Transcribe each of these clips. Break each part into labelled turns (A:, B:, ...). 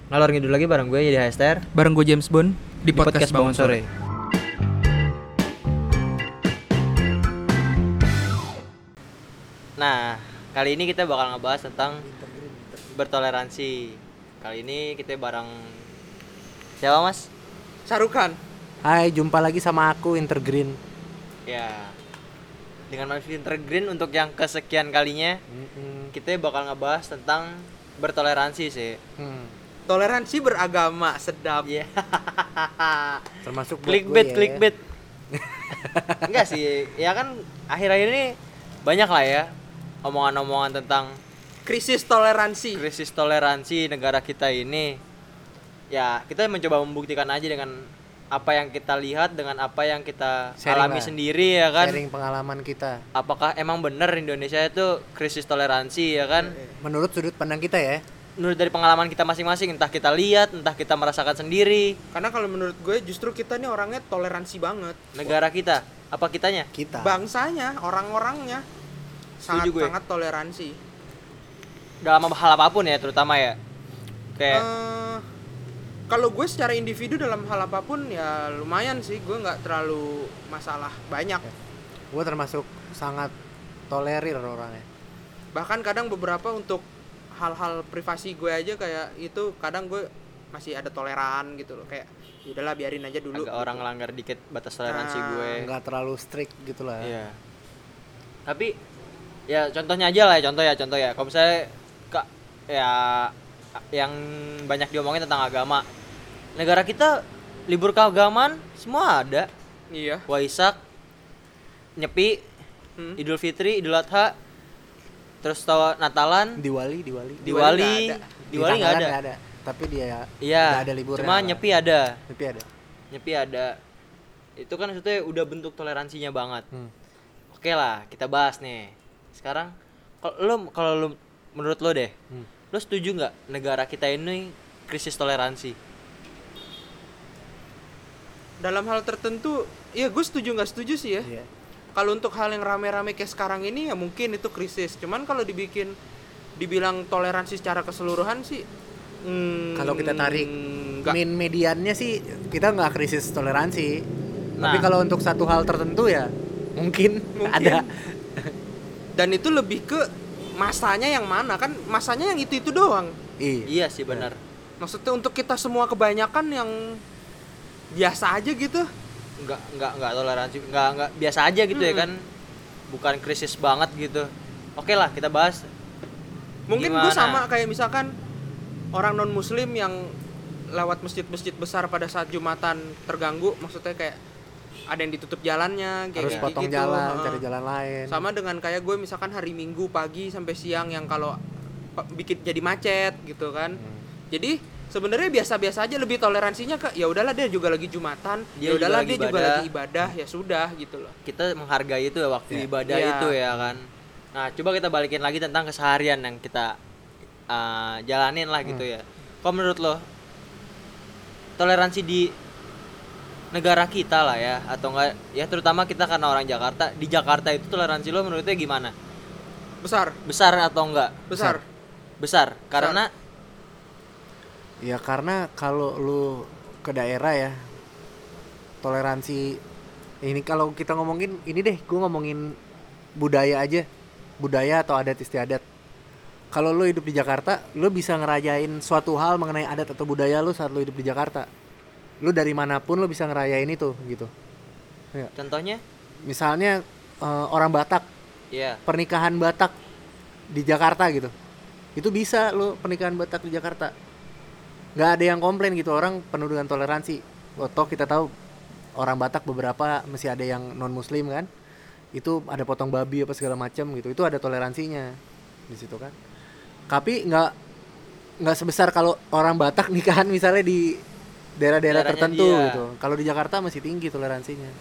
A: Ngalor ngidul lagi bareng gue jadi Hester.
B: Bareng gue James Bond di podcast
A: Bangun Sore. Nah, kali ini kita bakal ngebahas tentang bertoleransi. Kali ini kita bareng siapa, Mas?
C: Sarukan.
D: Hai, jumpa lagi sama aku Intergreen.
A: Ya. Dengan Mas Intergreen untuk yang kesekian kalinya, kita bakal ngebahas tentang bertoleransi sih.
C: Toleransi beragama, sedap.
A: Iya.
D: Termasuk buat
A: Clickbait,
D: gue ya.
A: clickbait. Enggak sih, ya kan akhir-akhir ini banyak lah ya omongan-omongan tentang
C: Krisis toleransi.
A: krisis toleransi negara kita ini. Ya, kita mencoba membuktikan aja dengan apa yang kita lihat, dengan apa yang kita
D: Sharing
A: alami
D: lah.
A: sendiri ya kan.
D: Sharing pengalaman kita.
A: Apakah emang benar Indonesia itu krisis toleransi ya kan?
D: Menurut sudut pandang kita ya.
A: Menurut dari pengalaman kita masing-masing, entah kita lihat, entah kita merasakan sendiri.
C: Karena kalau menurut gue justru kita nih orangnya toleransi banget.
A: Negara kita, apa kitanya?
D: Kita.
C: Bangsanya, orang-orangnya
A: Setuju gue.
C: sangat toleransi.
A: Dalam hal apapun ya, terutama ya. Kayak
C: Kalau gue secara individu dalam hal apapun ya lumayan sih, gue nggak terlalu masalah banyak.
D: Gue termasuk sangat tolerir orangnya.
C: Bahkan kadang beberapa untuk hal-hal privasi gue aja kayak itu kadang gue masih ada toleran gitu loh, kayak udahlah biarin aja dulu.
A: agak orang ngelanggar dikit batas toleransi
C: Nah,
A: gue.
D: Nggak terlalu strict gitu lah.
A: Iya. Tapi ya contohnya aja lah ya, contoh ya. Kalau misalnya ya yang banyak diomongin tentang agama. Negara kita libur keagamaan semua ada.
C: Iya.
A: Waisak, Nyepi, Idul Fitri, Idul Adha, terus Natalan,
D: Diwali.
A: Diwali
D: Di
A: nggak
D: tanggalan
A: ada.
D: nggak ada. Tapi dia
A: Iya.
D: nggak ada liburnya.
A: Cuma Nyepi ada.
D: Tapi ada.
A: Nyepi ada. Itu kan maksudnya udah bentuk toleransinya banget. Oke lah, kita bahas nih. Sekarang kalau lu menurut lo deh, lo setuju nggak negara kita ini krisis toleransi?
C: Dalam hal tertentu, ya gue setuju nggak setuju sih ya.
D: Iya.
C: Kalau untuk hal yang rame-rame kayak sekarang ini ya mungkin itu krisis. Cuman kalau dibilang toleransi secara keseluruhan sih,
D: Kalau kita tarik
C: nggak.
D: min mediannya sih kita nggak krisis toleransi.
A: Nah.
D: Tapi kalau untuk satu hal tertentu ya mungkin. Ada.
C: Dan itu lebih ke masanya yang mana, kan masanya yang itu doang.
A: Iya sih benar.
C: Maksudnya untuk kita semua kebanyakan yang biasa aja gitu.
A: Nggak toleransi, nggak biasa aja gitu ya kan. Bukan krisis banget gitu. Oke lah, kita bahas.
C: Mungkin
A: Gimana?
C: gue sama kayak misalkan orang non muslim yang lewat masjid-masjid besar pada saat Jumatan terganggu, maksudnya kayak ada yang ditutup jalannya kayak
D: Harus potong
C: gitu.
D: jalan,
C: Heeh.
D: cari jalan lain.
C: Sama dengan kayak gue misalkan hari Minggu pagi sampai siang yang kalau bikin jadi macet gitu kan. Jadi sebenarnya biasa-biasa aja, lebih toleransinya ke ya udahlah dia juga lagi Jumatan,
A: Dia
C: ya udahlah
A: juga
C: dia
A: lagi
C: juga
A: ibadah.
C: lagi ibadah, ya sudah gitu loh.
A: Kita menghargai itu ya, waktu
D: Iya.
A: ibadah
C: Iya.
A: itu ya kan. Nah, coba kita balikin lagi tentang keseharian yang kita jalanin lah gitu ya. Kalau menurut lo toleransi di negara kita lah ya, atau enggak ya, terutama kita karena orang Jakarta, di Jakarta itu toleransi lo menurutnya gimana? Besar atau enggak? Besar karena
D: Ya karena kalau lu ke daerah ya, toleransi ini kalau kita ngomongin ini deh, gue ngomongin budaya aja, budaya atau adat istiadat. Kalau lu hidup di Jakarta, lu bisa ngerayain suatu hal mengenai adat atau budaya lu saat lu hidup di Jakarta. Lu dari manapun lu bisa ngerayain itu gitu. Ya.
A: contohnya
D: Misalnya orang Batak,
A: ya
D: pernikahan Batak di Jakarta gitu, itu bisa lu pernikahan Batak di Jakarta. Nggak ada yang komplain gitu, orang penuh dengan toleransi. Toh kita tahu orang Batak beberapa masih ada yang non muslim kan, itu ada potong babi apa segala macam gitu, itu ada toleransinya di situ kan. Tapi nggak sebesar kalau orang Batak nikahan misalnya di daerah-daerah
A: Daerahnya
D: tertentu
A: dia.
D: gitu. Kalau di Jakarta masih tinggi toleransinya.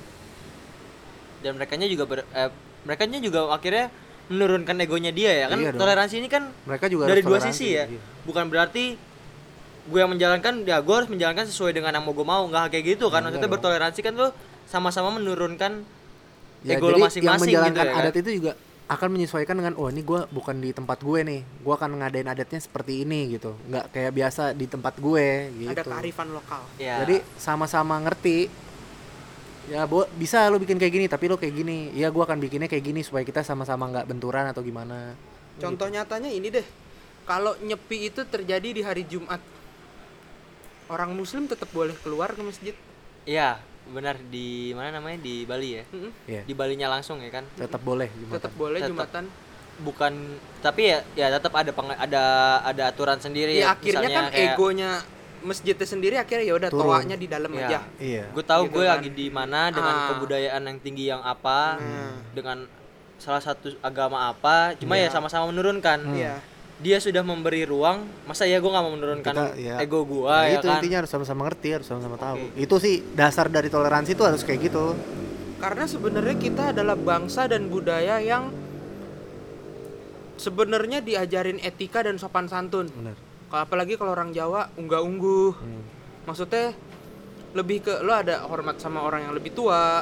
A: dan mereka juga akhirnya menurunkan egonya dia ya kan.
D: Iya dong.
A: Toleransi ini kan
D: Mereka juga
A: dari
D: harus
A: dua
D: toleransi,
A: sisi ya.
D: iya.
A: Bukan berarti gue yang menjalankan, ya gue harus menjalankan sesuai dengan yang mau gue mau, nggak kayak gitu kan. Maksudnya
D: dong.
A: bertoleransi kan lo sama-sama menurunkan
D: Ya,
A: ego lo
D: jadi
A: masing-masing
D: yang menjalankan
A: gitu ya
D: adat
A: kan?
D: itu juga akan menyesuaikan dengan ini gue bukan di tempat gue nih, gue akan ngadain adatnya seperti ini gitu, nggak kayak biasa di tempat gue gitu.
C: Ada kearifan lokal.
A: Ya.
D: Jadi sama-sama ngerti. Ya bisa lo bikin kayak gini tapi lo kayak gini, ya gue akan bikinnya kayak gini supaya kita sama-sama nggak benturan atau gimana.
C: Contoh nyatanya ini deh, kalau nyepi itu terjadi di hari Jumat, orang Muslim tetap boleh keluar ke masjid.
A: Iya, benar, di mana namanya, di Bali ya.
D: Iya.
A: Di Balinya langsung ya kan.
D: Tetap boleh Jumatan.
C: Tetap boleh
A: Tetap.
C: Jumatan.
A: Bukan, tapi ya tetap ada aturan sendiri
C: Ya
A: ya.
C: akhirnya
A: Misalnya
C: kan egonya masjidnya sendiri akhirnya ya udah
D: Turun.
C: toanya di dalam
A: Iya.
C: aja.
D: Iya.
A: Gue tahu
C: Gitu
A: gue
C: kan.
A: lagi di mana dengan kebudayaan yang tinggi yang apa, dengan salah satu agama apa, cuma ya sama-sama menurunkan.
C: Iya.
A: Dia sudah memberi ruang, masa ya gue nggak mau menurunkan
D: Kita,
A: ego gue
D: Nah,
A: ya
D: itu
A: kan.
D: intinya harus sama-sama ngerti, harus sama-sama tahu.
A: Oke.
D: Itu sih dasar dari toleransi itu harus kayak gitu.
C: Karena sebenarnya kita adalah bangsa dan budaya yang sebenarnya diajarin etika dan sopan santun.
D: Benar.
C: Apalagi kalau orang Jawa unggah-ungguh. Maksudnya lebih ke lo ada hormat sama orang yang lebih tua.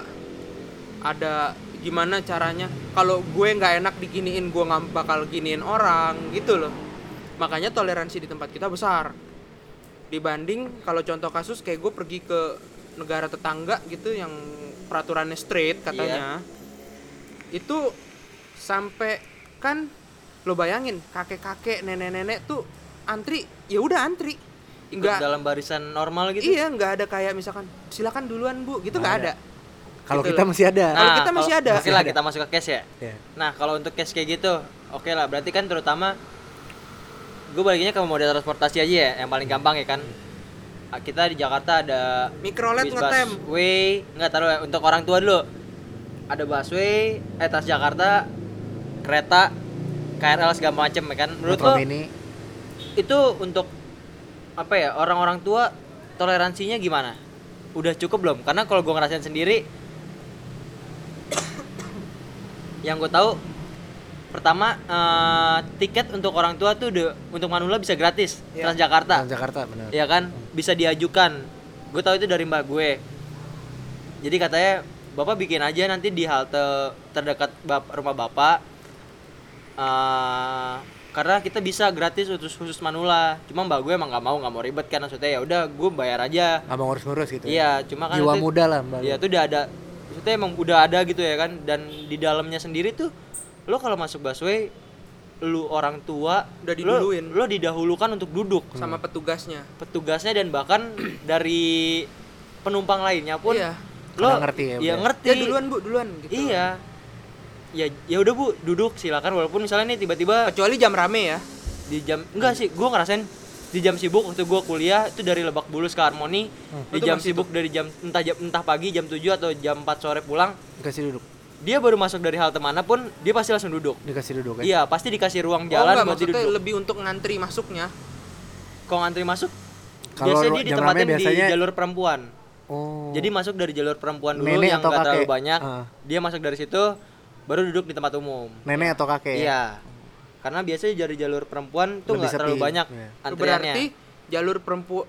C: Ada gimana caranya. Kalau gue nggak enak diginiin, gue nggak bakal giniin orang gitu loh. Makanya toleransi di tempat kita besar. Dibanding kalau contoh kasus kayak gue pergi ke negara tetangga gitu yang peraturannya straight katanya. Itu sampai kan lo bayangin kakek-kakek, nenek-nenek tuh antri, ya udah antri.
A: Ikut dalam barisan normal gitu.
C: Iya, nggak ada kayak misalkan silakan duluan Bu, gitu nggak ada.
D: Kalau
C: Gitu
D: kita
C: loh.
D: masih ada.
C: Kalau kita masih ada.
A: Oke lah, kita masuk ke case ya.
D: Iya.
A: Nah, kalau untuk case kayak gitu, oke lah, berarti kan terutama gue baliknya ke moda transportasi aja ya, yang paling gampang ya kan. Kita di Jakarta ada
C: Mikrolet
A: bis
C: ngetem.
A: busway, nggak taruh ya, untuk orang tua dulu. Ada busway, Transjakarta, kereta, KRL segala macem ya kan. Menurut
D: Metro
A: lo
D: Mini.
A: itu untuk apa ya, orang-orang tua toleransinya gimana? Udah cukup belum? Karena kalau gue ngerasain sendiri, yang gue tahu pertama tiket untuk orang tua tuh untuk manula bisa gratis.
C: Iya.
A: Transjakarta,
D: benar.
A: ya kan, bisa diajukan. Gue tahu itu dari mbak gue. Jadi katanya bapak bikin aja nanti di halte terdekat rumah bapak, karena kita bisa gratis khusus manula. Cuma mbak gue emang nggak mau ribet kan, maksudnya ya udah gue bayar aja.
D: Nggak mau ngurus-ngurus gitu.
A: Iya, cuma kan
D: Jiwa
A: itu-
D: muda lah mbak.
A: Iya, itu udah ada. Maksudnya emang udah ada gitu ya kan. Dan di dalamnya sendiri tuh lo kalau masuk busway, lu orang tua
C: Udah diduluin.
A: lo didahulukan untuk duduk
C: Sama petugasnya.
A: petugasnya, dan bahkan dari penumpang lainnya pun
C: Iya.
A: lo
D: Karena ngerti ya,
A: iya
D: udah.
A: ngerti.
C: Ya duluan Bu, duluan gitu.
A: Iya. Ya udah Bu, duduk silakan, walaupun misalnya nih tiba-tiba
C: Kecuali jam rame ya.
A: di jam enggak sih, gua ngerasain di jam sibuk waktu gua kuliah itu dari Lebak Bulus ke Harmoni, di
C: Itu
A: jam
C: masih
A: sibuk dari jam entah pagi jam 7 atau jam 4 sore pulang,
D: Dikasih duduk.
A: dia baru masuk dari halte manapun dia pasti langsung duduk.
D: Dikasih duduk kan.
A: Iya, pasti dikasih ruang
C: Oh
A: jalan
C: enggak,
A: buat dia
C: maksudnya
A: duduk.
C: lebih untuk ngantri masuknya.
A: Kalau ngantri masuk,
D: Kalau
A: biasanya dia
D: jam
A: ditempatin
D: rame biasanya-
A: di jalur perempuan.
D: Oh.
A: Jadi masuk dari jalur perempuan dulu
D: Nenek
A: yang
D: atau
A: nggak terlalu
D: kakek?
A: banyak. Dia masuk dari situ, baru duduk di tempat umum.
D: nenek atau kakek.
A: Iya. Karena biasanya dari jalur perempuan tuh
D: Lebih
A: nggak terlalu
D: sepi.
A: banyak
D: Iya.
A: antriannya.
C: Berarti jalur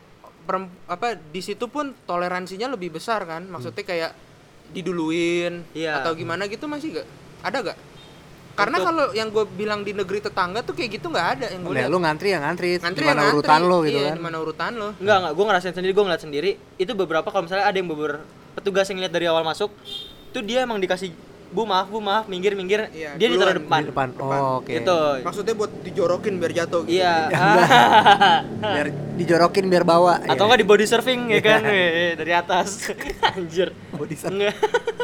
C: di situ pun toleransinya lebih besar kan? Maksudnya kayak diduluin
A: Iya.
C: atau gimana gitu masih gak? Ada gak? Karena
A: Untuk-
C: kalau yang gue bilang di negeri tetangga tuh kayak gitu nggak ada yang gue
D: Nah,
C: lihat.
D: lu ngantri ya ngantri.
C: Ngantri
D: Gimana
C: ya ngantri.
D: urutan lo gitu
C: Iya,
D: kan.
C: Gimana urutan lo?
A: Enggak, gue ngerasain sendiri, gue ngeliat sendiri. Itu beberapa kalau misalnya ada yang petugas yang lihat dari awal masuk, tuh dia emang dikasih bu maaf, minggir.
C: Iya,
A: Dia ditaruh
C: duluan,
A: depan.
D: Di depan. Oh, oke.
A: Gitu.
C: Maksudnya buat dijorokin biar jatuh gitu.
A: Iya.
D: Biar dijorokin biar bawa.
A: Atau enggak di body surfing ya kan, dari atas. Anjir.
D: Body surfing.
A: Enggak.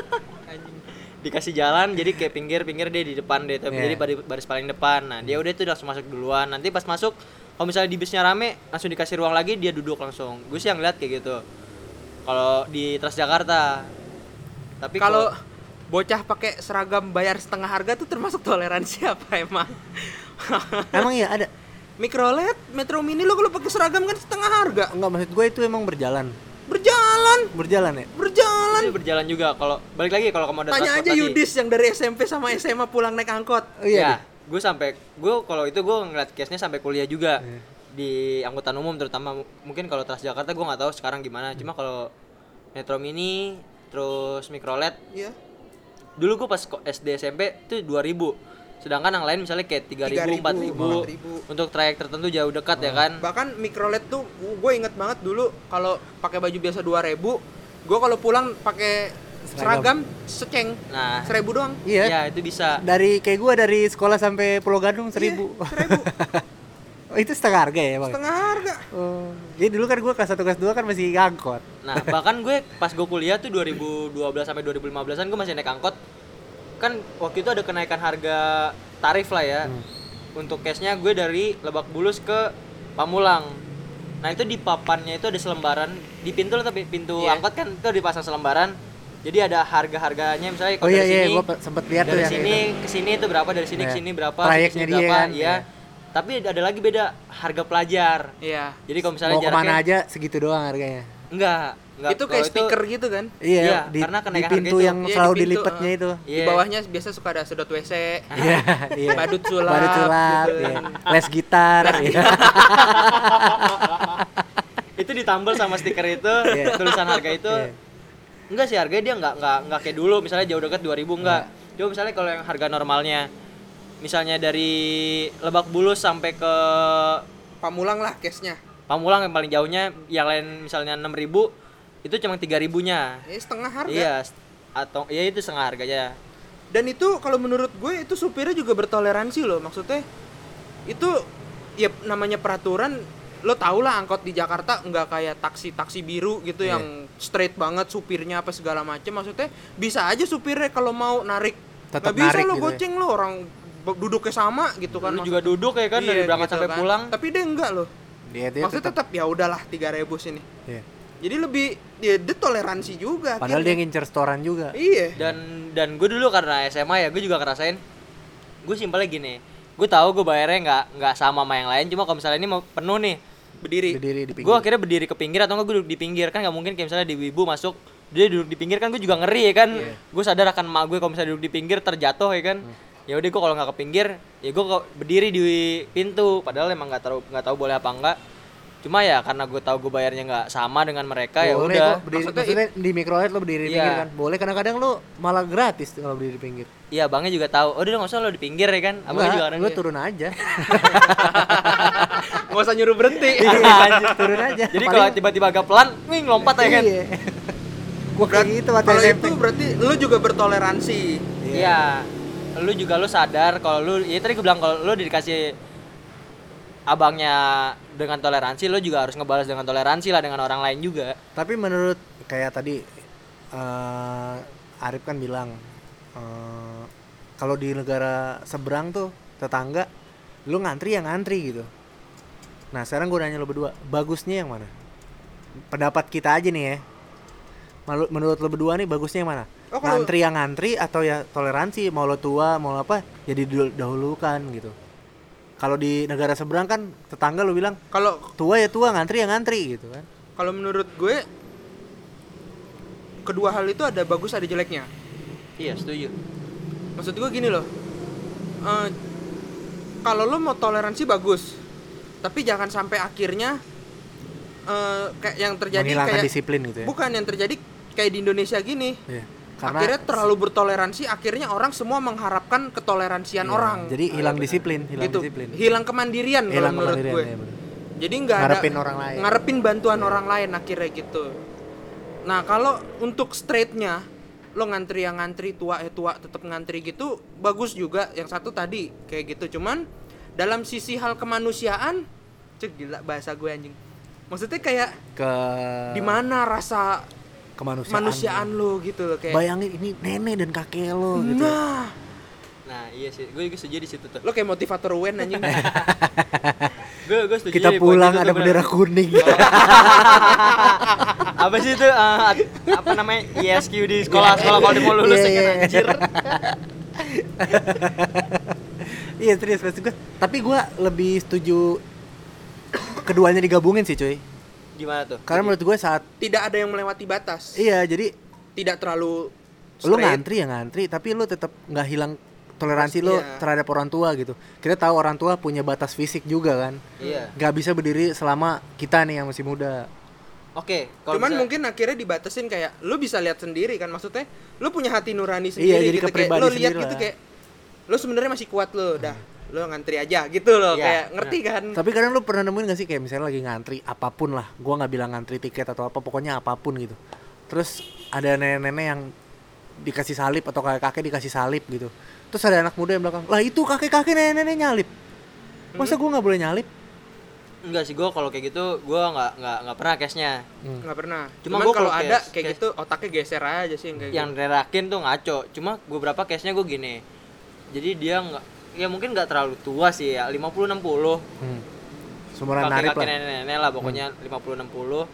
A: Dikasih jalan, jadi kayak pinggir dia di depan deh, tapi
D: Iya.
A: jadi baris paling depan. Nah, dia udah tuh langsung masuk duluan. Nanti pas masuk, kalau misalnya di bisnya rame, langsung dikasih ruang lagi, dia duduk langsung. Gue sih yang lihat kayak gitu. Kalau di Transjakarta. Tapi
C: Kalau bocah pakai seragam bayar setengah harga tuh termasuk toleransi apa emang?
D: Emang iya ada.
C: Mikrolet, Metro Mini lo kalau pakai seragam kan setengah harga.
D: Enggak, maksud gue itu emang berjalan.
C: Berjalan
D: Ya.
C: berjalan.
A: itu berjalan juga. Kalau balik lagi kalau kamu ada
C: Tanya aja
A: transportasi.
C: Yudis yang dari SMP sama SMA pulang naik angkot.
D: Oh, iya.
A: Ya, gue kalau itu gue ngeliat case-nya sampai kuliah juga.
D: Iya.
A: Di angkutan umum terutama, mungkin kalau Transjakarta gue nggak tahu sekarang gimana. Cuma kalau Metro Mini terus Mikrolet,
C: Iya.
A: dulu gue pas SD SMP tuh 2000 Sedangkan yang lain misalnya kayak 3.000, 4.000 untuk trayek tertentu jauh dekat ya kan.
C: Bahkan microLED tuh gue inget banget dulu kalau pakai baju biasa 2.000, gue kalau pulang pakai seragam seceng.
A: Nah,
C: 1.000 doang.
D: Iya.
A: Ya, itu bisa.
D: Dari kayak gue dari sekolah sampai Pulau Gadung 1.000.
C: Iya, 1.000.
D: Oh, itu setengah harga ya, Bang?
C: Setengah harga.
D: Oh. Jadi dulu kan gue kelas 1 kelas 2 kan masih angkot.
A: Nah, bahkan gue pas gue kuliah tuh 2012 sampai 2015-an gue masih naik angkot. Kan waktu itu ada kenaikan harga tarif lah ya. Untuk case-nya gue dari Lebak Bulus ke Pamulang. Nah, itu di papannya itu ada selembaran di pintu lah, tapi pintu angkot kan itu dipasang selembaran. Jadi ada harga-harganya misalnya kalau dari sini.
D: Gue sempet lihat tuh
A: dari
D: yang
A: sini ke sini itu berapa, dari sini ke sini berapa,
D: trayeknya dia
A: berapa,
D: kan.
A: iya. Tapi ada lagi beda harga pelajar.
C: Iya.
A: Jadi kalau misalnya
D: mau kemana aja segitu doang harganya.
A: Enggak.
C: Itu kayak stiker gitu kan?
D: Iya,
A: karena
D: di
A: kenaikan
D: pintu
A: harga
D: yang
C: itu.
D: selalu
C: Iya, di pintu,
D: dilipatnya itu.
C: Di bawahnya biasa suka ada sedot WC,
D: Iya, iya.
C: badut sulap,
D: Badut sulap,
C: gitu.
D: iya. Les gitar, iya.
A: Itu ditambal sama stiker itu, tulisan harga itu. Enggak sih, harganya dia enggak kayak dulu misalnya jauh dekat 2.000 enggak. Coba misalnya kalau yang harga normalnya misalnya dari Lebak Bulus sampai ke
C: Pamulang lah case-nya.
A: Pamulang yang paling jauhnya, yang lain misalnya 6.000 itu cuma 3.000-nya.
C: Setengah harga.
A: Iya, atau ya itu setengah harganya.
C: Dan itu kalau menurut gue itu supirnya juga bertoleransi loh. Maksudnya itu ya namanya peraturan. Lo tau lah angkot di Jakarta nggak kayak taksi biru gitu yang straight banget supirnya apa segala macam. Maksudnya bisa aja supirnya kalau mau narik.
D: Tetap
C: nggak bisa
D: narik
C: lo
D: gitu
C: goceng lo, orang duduknya sama gitu kan.
A: Lu juga duduk ya kan, dari berangkat
C: gitu
A: sampai
C: kan.
A: pulang.
C: Tapi dia enggak loh.
D: Dia
C: Maksudnya tetap ya udahlah 3.000 sini.
D: Iya.
C: Jadi lebih dia toleransi juga.
D: Padahal
C: akhirnya.
D: dia ngincer setoran juga.
C: Iya.
A: Dan gue dulu karena SMA ya, gue juga ngerasain. Gue simpelnya gini, gue tahu gue bayarnya nggak sama yang lain, cuma kalau misalnya ini mau penuh nih
C: Berdiri
D: di pinggir.
A: gue akhirnya berdiri ke pinggir atau enggak gue duduk di pinggir. Kan nggak mungkin kayak misalnya di Wibu masuk dia duduk di pinggir, kan gue juga ngeri ya kan. Gue sadar akan emak gue kalau misalnya duduk di pinggir terjatuh ya kan. Ya udah gue kalau nggak ke pinggir ya gue berdiri di pintu, padahal emang nggak tahu boleh apa enggak. Cuma ya karena gue tahu gue bayarnya nggak sama dengan mereka, ya udah.
D: Maksudnya di microLED lo berdiri di pinggir kan. Boleh, kadang-kadang lo malah gratis kalau berdiri di pinggir.
A: Iya, bangnya juga tahu. Oh, udah nggak usah lo di pinggir ya kan. Abangnya juga
D: Gue turun aja.
C: nggak usah nyuruh berhenti.
D: Turun aja.
A: Jadi kalau tiba-tiba agak pelan, wing lompat ya kan.
D: Iya. Gue kayak gitu waktu
C: Kalau
D: SMP.
C: itu berarti lu juga bertoleransi.
A: Iya. Lu juga lu sadar kalau lu, ya tadi gue bilang kalau lu dikasih abangnya dengan toleransi, lu juga harus ngebalas dengan toleransi lah dengan orang lain juga.
D: Tapi menurut kayak tadi Arif kan bilang kalau di negara seberang tuh tetangga lu ngantri gitu. Nah sekarang gue nanya lu berdua, bagusnya yang mana? Pendapat kita aja nih ya. Menurut lu berdua nih bagusnya yang mana? Ngantri yang ngantri atau ya toleransi, mau lo tua mau lo apa ya didahulukan gitu. Kalau di negara seberang kan tetangga lu bilang
C: Kalau
D: tua ya tua, ngantri ya ngantri gitu kan.
C: kalau menurut gue kedua hal itu ada bagus ada jeleknya.
A: Iya, setuju.
C: Maksud gue gini loh. Kalau lo mau toleransi bagus. Tapi jangan sampai akhirnya kayak yang terjadi
D: menghilangkan
C: kayak
D: disiplin gitu ya.
C: Bukan yang terjadi kayak di Indonesia gini.
D: Iya.
C: Akhirnya terlalu bertoleransi, akhirnya orang semua mengharapkan ketoleransian orang.
D: Jadi hilang disiplin,
C: Hilang kemandirian kalau menurut gue.
D: Ya,
C: jadi nggak ada
D: ngarepin orang lain.
C: Ngarepin bantuan orang lain akhirnya gitu. Nah, kalau untuk straightnya lo ngantri yang ngantri, tua tetap ngantri gitu, bagus juga. Yang satu tadi kayak gitu. Cuman dalam sisi hal kemanusiaan, gila bahasa gue anjing. Maksudnya kayak di mana rasa kemanusiaan lo gitu loh, kayak
D: bayangin ini nenek dan kakek lo gitu.
A: Nah, iya sih. Gue setuju di situ tuh.
C: Lo kayak motivator UN anjing.
A: Gue setuju.
D: Kita pulang ada bendera kuning.
A: Apa sih itu apa namanya ISQ di sekolah kalau mau lulus ya kan anjir.
D: Iya serius maksud gue. Tapi gue lebih setuju keduanya digabungin sih cuy.
A: Gimana tuh?
D: Karena menurut gue saat
C: tidak ada yang melewati batas.
D: iya jadi
C: Tidak terlalu
D: lu
C: straight.
D: ngantri ya ngantri, tapi lu tetap nggak hilang toleransi lu
C: Iya.
D: terhadap orang tua gitu. Kita tahu orang tua punya batas fisik juga kan.
A: Iya.
D: Nggak bisa berdiri selama kita nih yang masih muda.
A: Oke,
C: Cuman mungkin akhirnya dibatasin kayak lu bisa lihat sendiri kan, maksudnya lu punya hati nurani sendiri
D: jadi
C: gitu,
D: ke pribadi
C: kayak lu lihat
D: sendiri
C: gitu
D: lah.
C: kayak lo sebenarnya masih kuat lo, dah lo ngantri aja gitu loh, kayak ngerti kan.
D: Tapi kadang lu pernah nemuin gak sih kayak misalnya lagi ngantri apapun lah, gua nggak bilang ngantri tiket atau apa, pokoknya apapun gitu, terus ada nenek-nenek yang dikasih salib atau kakek-kakek dikasih salib gitu, terus ada anak muda yang belakang, lah itu kakek-kakek nenek-nenek nyalip, masa gua nggak boleh nyalip?
A: Enggak sih, gue kalau kayak gitu gue nggak pernah case-nya.
C: Nggak pernah.
A: Cuma
C: Cuman
A: gua
C: kalau
A: kalau
C: ada
A: case-
C: kayak gitu otaknya geser aja sih yang kayak
A: Yang
C: gitu.
A: nerakin tuh ngaco. Cuma beberapa case-nya gue gini. Jadi dia nggak, ya mungkin nggak terlalu tua sih ya, 50-60.
D: Sumuran narip
A: Kakek-kakek
D: lah.
A: nenek-nenek lah pokoknya 50-60.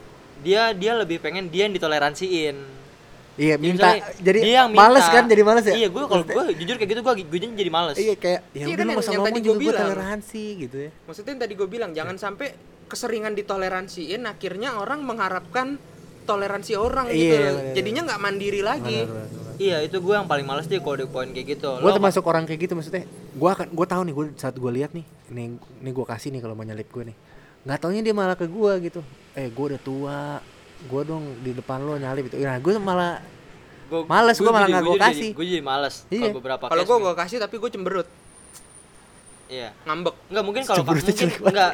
A: Dia lebih pengen dia yang ditoleransiin.
D: Iya,
A: Jadi
D: minta.
A: misalnya
D: Jadi
A: dia yang minta.
D: males kan, jadi males ya?
A: Iya, gue kalau gue jujur kayak gitu gue jadi males.
D: Iya kayak ya
C: Iya
D: udah
C: kan
D: lu
C: yang-
D: masa
C: yang
D: ngomong
C: tadi
D: juga
C: gua
D: gue
C: bilang.
D: toleransi gitu ya.
C: Maksudnya yang tadi gue bilang jangan sampai keseringan ditoleransiin akhirnya orang mengharapkan toleransi orang gitu.
D: Iya, bener.
C: Jadinya nggak mandiri lagi.
A: Iya, itu gue yang paling males deh kalau ada poin kayak gitu.
D: Gue termasuk orang kayak gitu, maksudnya gue tahu nih, gue saat gue lihat nih ini gue kasih nih kalau mau nyalip gue nih, nggak taunya dia malah ke gue gitu, gue udah tua, gue dong di depan lo nyalip itu, nah gue malah males, gue malah nggak gue kasih.
A: Gue jadi males
D: Iya.
A: kalau beberapa
C: Kalau
A: case.
C: gue kasih tapi gue cemberut,
A: Iya.
C: ngambek.
A: Enggak mungkin kalau
D: Cemberutnya
A: mungkin
D: jelek banget.
A: enggak.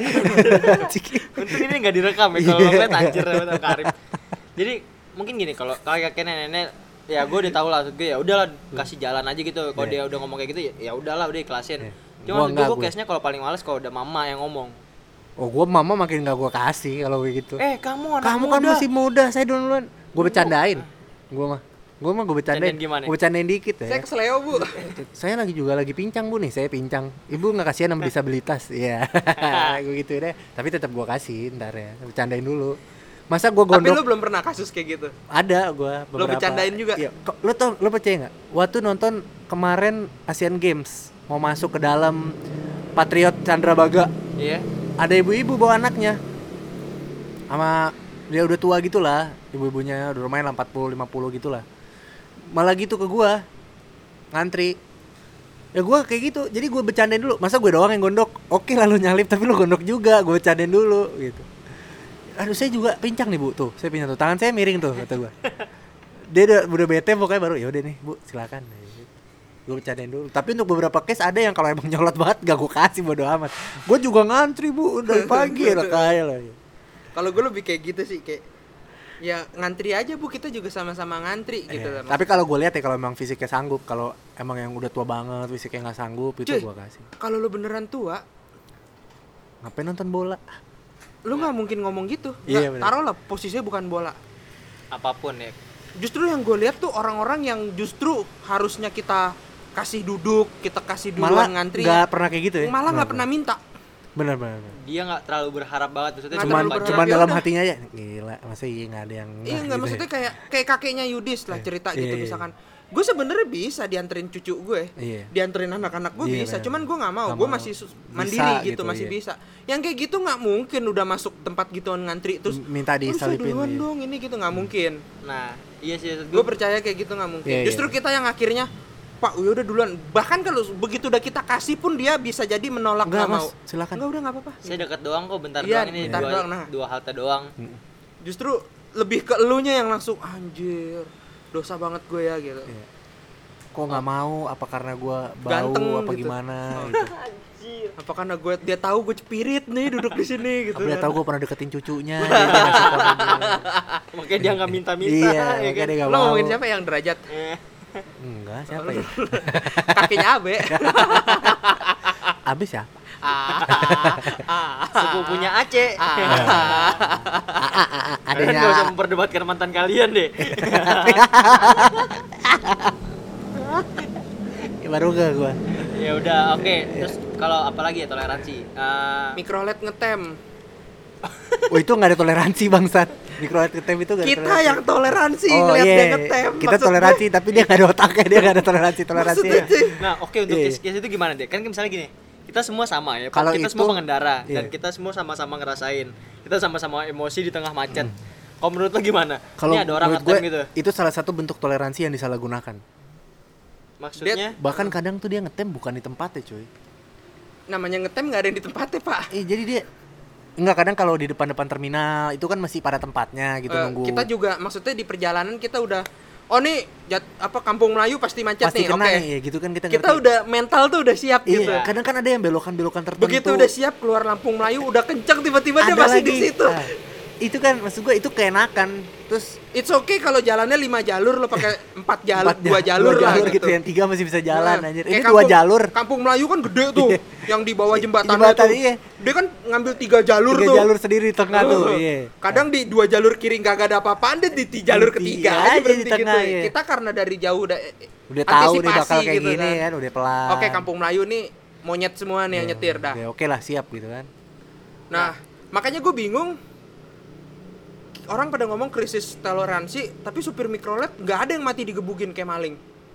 A: Untung ini enggak direkam ya kalau ngeliat anjir sama Karim. Jadi mungkin gini, kalau kakek nenek ya gue udah tahu lah, gue ya udahlah kasih jalan aja gitu. Kalau dia udah ngomong kayak gitu ya udahlah udah ikhlasin. Cuma
D: Gua enggak,
A: gue
D: gua.
A: case-nya kalau paling males kalau udah mama yang ngomong.
D: Oh gue mama makin nggak gue kasih kalau kayak gitu.
A: Kamu anak
D: Kamu
A: muda.
D: kan masih muda, saya duluan. Gue bercandain, gue mah gue bercandain.
A: Bercandain gimana?
D: Gue bercandain dikit ya.
C: Saya kesleo bu.
D: Saya lagi pincang bu nih, saya pincang. Ibu nggak kasihan sama disabilitas, iya. Gue gitu deh. Tapi tetap gue kasih, ntar ya. Bercandain dulu. Masa gue
C: Tapi
D: gondok?
C: lu belum pernah kasus kayak gitu.
D: Ada gue beberapa.
C: Lo bercandain juga?
D: Iya. Lo percaya nggak? Waktu nonton kemarin Asian Games mau masuk ke dalam Patriot Candrabaga,
A: Iya.
D: ada ibu-ibu bawa anaknya, sama dia udah tua gitulah, ibu-ibunya udah lumayan lah 40-50 gitulah. Malah gitu ke gua ngantri, ya gua kayak gitu, jadi gua bercandain dulu. Masa gue doang yang gondok? Oke lah lu nyalip tapi lu gondok juga, gua bercandain dulu gitu. Aduh saya juga pincang nih bu, tuh saya pincang tuh, tangan saya miring tuh kata gua. Dia udah bete pokoknya, baru ya udah nih bu silakan. Gue bercandain dulu. Tapi untuk beberapa case ada yang kalau emang nyolot banget gak gue kasih, bodo amat. Gue juga ngantri bu dari pagi lah kayak lah.
C: Kalau gue lebih kayak gitu sih, kayak ya ngantri aja bu, kita juga sama-sama ngantri gitu.
D: Iya. Tapi kalau gue lihat ya, kalau emang fisiknya sanggup, kalau emang yang udah tua banget fisiknya nggak sanggup itu
C: Cuy,
D: gue kasih.
C: kalau lu beneran tua,
D: Ngapain nonton bola?
C: lu nggak mungkin ngomong gitu.
D: Iya,
C: Nggak,
D: bener.
C: taruh lah posisinya bukan bola.
A: Apapun ya.
C: Justru yang gue lihat tuh orang-orang yang justru harusnya kita kasih duduk, kita kasih
D: Malah
C: duluan ngantri,
D: nggak pernah kayak gitu ya?
C: malah nggak pernah minta.
D: Bener.
A: Dia nggak terlalu berharap banget, maksudnya
C: Nggak
A: cuma
C: terlalu berharap.
D: Cuman
C: Ya
D: dalam
C: udah.
D: hatinya aja, gila masa iya nggak ada yang
C: Iya
D: nggak
C: nggak,
D: gitu
C: maksudnya
D: ya?
C: kayak kakeknya Yudis lah cerita
D: Iya,
C: gitu
D: iya.
C: misalkan. Gue sebenarnya bisa dianterin cucu gue,
D: Iya.
C: dianterin anak-anak gue
D: Iya,
C: bisa.
D: bener.
C: Cuman gue nggak mau,
D: Nggak
C: gue
D: mau.
C: masih
D: Bisa
C: mandiri gitu,
D: gitu,
C: masih
D: iya.
C: bisa. Yang kayak gitu nggak mungkin udah masuk tempat gituan ngantri terus
D: Minta
C: "Lu saya
D: disalipin,
C: duluan
D: iya.
C: dong ini gitu, nggak mungkin.
A: Nah, iya sih
C: Gue percaya kayak gitu nggak mungkin.
D: Iya,
C: Justru
D: iya.
C: kita yang akhirnya Pak, ya udah duluan. Bahkan kalau begitu udah kita kasih pun dia bisa jadi menolak,
D: Enggak,
C: nggak mau.
D: Mas, silakan.
C: Enggak, udah nggak apa-apa.
A: saya deket doang kok, bentar
C: Iya,
A: doang ini,
C: bentar
A: dua,
C: doang, nah.
A: dua halte doang.
C: Justru lebih ke elunya yang langsung anjir, dosa banget gue ya gitu.
D: Iya. Kok nggak mau? Apa karena gue bau?
C: Ganteng
D: apa
C: gitu.
D: gimana? Gitu.
C: Apa karena dia tahu gue cepirit nih duduk di sini gitu.
D: Apa dia
C: kan.
D: tahu gue pernah deketin cucunya? Jadi dia ngasih komen dia.
A: Makanya dia nggak minta-minta.
D: Iya,
A: ya
D: makanya
A: kan?
D: dia nggak
C: Lo
D: mau.
C: ngomongin siapa yang derajat?
D: Enggak, siapa ya?
C: Kakinya Abe.
D: Abis siapa?
A: Sepupunya Aceh. Kalian
D: Adanya
A: gak usah memperdebatkan mantan kalian deh.
D: ya, baru gak gue.
A: Ya udah, oke. Terus kalau apalagi ya toleransi?
C: Mikrolet ngetem.
D: Oh itu nggak ada toleransi bangsat. Mikrolet ngetem itu nggak ada
C: Kita
D: toleransi.
C: yang toleransi
D: Oh
C: ngeliat
D: iya,
C: dia ngetem.
D: kita
C: Maksud
D: toleransi tapi dia nggak ada otaknya, dia nggak ada toleransi
C: Maksudnya,
D: ya.
C: cuy,
A: Nah, oke, untuk
D: Iya.
A: case itu gimana deh? Kan misalnya gini, kita semua sama ya.
D: Kalau
A: Kita
D: itu-
A: semua pengendara dan
D: iya.
A: kita semua sama-sama ngerasain. Kita sama-sama emosi di tengah macet. Kalau menurut lo gimana?
D: Kalau
A: Ini ada orang
D: menurut
A: ngetem
D: gue
A: gitu.
D: itu salah satu bentuk toleransi yang disalahgunakan.
A: Maksudnya
D: Bahkan kadang tuh dia ngetem bukan di tempatnya cuy.
C: namanya ngetem nggak ada yang di tempatnya, Pak.
D: Jadi dia enggak, kadang kalau di depan terminal itu kan masih pada tempatnya gitu nunggu.
C: Kita juga maksudnya di perjalanan kita udah oh nih Kampung Melayu pasti macet
D: Pasti
C: nih.
D: kena
C: Oke.
D: nih, ya gitu kan kita
C: Kita
D: ngerti.
C: udah mental tuh udah siap gitu.
D: Iya, kadang kan ada yang belokan-belokan tertentu.
C: Begitu udah siap keluar Lampung Melayu udah kenceng tiba-tiba dia
D: ada
C: masih
D: lagi.
C: di situ.
D: Ah, itu kan maksud gue itu keenakan. Terus
C: It's okay kalau jalannya 5 jalur lo pakai 4 jalur, 2
D: dua
C: jalur lah
D: gitu. Yang 3 masih bisa jalan
C: Nah,
D: anjir.
C: kayak
D: Ini 2 jalur.
C: Kampung Melayu kan gede tuh,
D: Iya.
C: yang di bawah jembatan
D: Jembatan,
C: tuh.
D: iya.
C: Dia kan ngambil 3 jalur
D: 3
C: tuh.
D: jalur sendiri di tengah tuh. Iya.
C: Kadang di 2 jalur kiri nggak ada apa-apaan, dia di jalur
D: Di
C: ketiga
D: tiga
C: aja
D: aja
C: berhenti
D: di tengah,
C: gitu.
D: iya.
C: Kita karena dari jauh udah
D: Tahu nih
C: antisipasi
D: bakal kayak
C: gitu
D: gini kan, udah pelan.
C: Oke, Kampung Melayu nih monyet semua nih yang nyetir dah.
D: Ya, oke lah, siap gitu kan.
C: Nah, makanya gue bingung. Orang pada ngomong krisis toleransi, tapi supir mikrolet nggak ada yang mati digebukin kayak maling.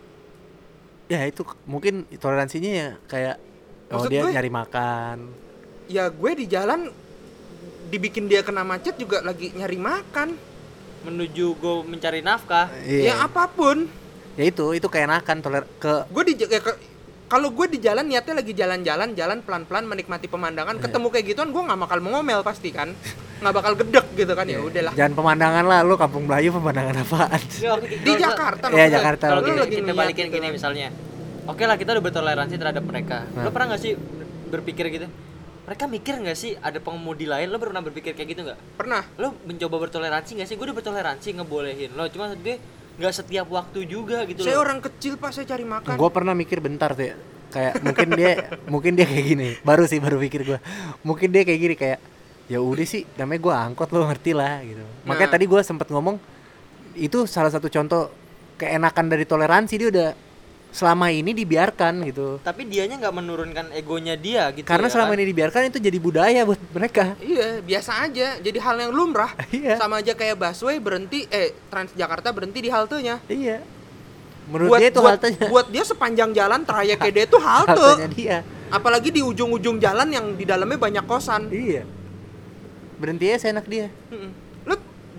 D: Ya itu mungkin toleransinya ya kayak
C: Maksud
D: dia
C: gue-
D: nyari makan.
C: Ya gue di jalan dibikin dia kena macet juga lagi nyari makan.
A: Menuju gue mencari nafkah.
C: Ya apapun.
D: Ya itu keenakan
C: Gue kalau gue di jalan niatnya lagi jalan pelan-pelan menikmati pemandangan, ketemu kayak gituan gue nggak bakal mengomel pasti kan, nggak bakal gedek gitu kan. Ya udahlah.
D: jangan pemandangan lah, lu Kampung Melayu pemandangan apaan?
C: Di Jakarta
D: Iya,
C: maksudnya.
D: Jakarta.
A: Kalau
C: Lu
A: kita,
C: lagi
A: kita
C: ngeliat
A: balikin
C: gitu
A: gini
C: kan.
A: misalnya, oke lah kita udah bertoleransi terhadap mereka.
D: Nah.
A: Lo pernah nggak sih berpikir gitu? Mereka mikir nggak sih ada pengemudi lain? Lo pernah berpikir kayak gitu nggak?
C: Pernah.
A: Lo mencoba bertoleransi nggak sih? Gue udah bertoleransi ngebolehin lo, cuma maksud gue nggak setiap waktu juga gitu
C: Saya
A: loh.
C: orang kecil pak, saya cari makan.
D: Gue pernah mikir bentar tuh ya. Kayak mungkin dia kayak gini. Baru pikir gue. Mungkin dia kayak gini kayak ya udah sih namanya gue angkot lo ngerti lah gitu. Makanya
C: Nah.
D: tadi gue sempat ngomong itu salah satu contoh keenakan dari toleransi, dia udah selama ini dibiarkan gitu.
A: Tapi dianya nggak menurunkan egonya dia gitu.
D: Karena
A: ya
D: selama
A: kan?
D: ini dibiarkan itu jadi budaya buat mereka.
C: Iya, biasa aja. Jadi hal yang lumrah.
D: Iya.
C: Sama aja kayak busway berhenti, Transjakarta berhenti di haltenya.
D: Iya. Menurut dia itu haltenya.
C: Buat dia sepanjang jalan trayeknya dia itu
D: Haltenya
C: halte.
D: dia.
C: Apalagi di ujung-ujung jalan yang di dalamnya banyak kosan.
D: Iya. Berhenti aja seenak dia.
C: Lu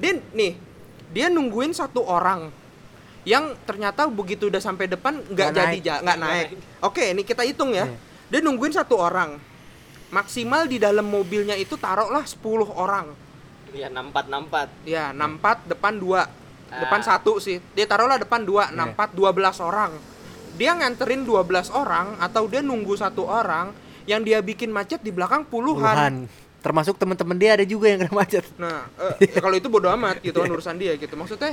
C: dia nungguin satu orang yang ternyata begitu udah sampai depan nggak
D: Nggak
C: jadi
D: naik.
C: nggak naik. Oke, ini kita hitung ya.
D: Iya.
C: Dia nungguin satu orang. Maksimal di dalam mobilnya itu taruhlah 10 orang.
A: Iya, nampat.
C: Ya, 64 depan 2.
A: Ah.
C: Depan 1 sih. Dia taruhlah depan 2, 64 12 orang. Dia nganterin 12 orang atau dia nunggu satu orang yang dia bikin macet di belakang puluhan.
D: Termasuk teman-teman dia ada juga yang kena macet.
C: Nah, kalau itu bodo amat gitu kan urusan dia gitu. Maksudnya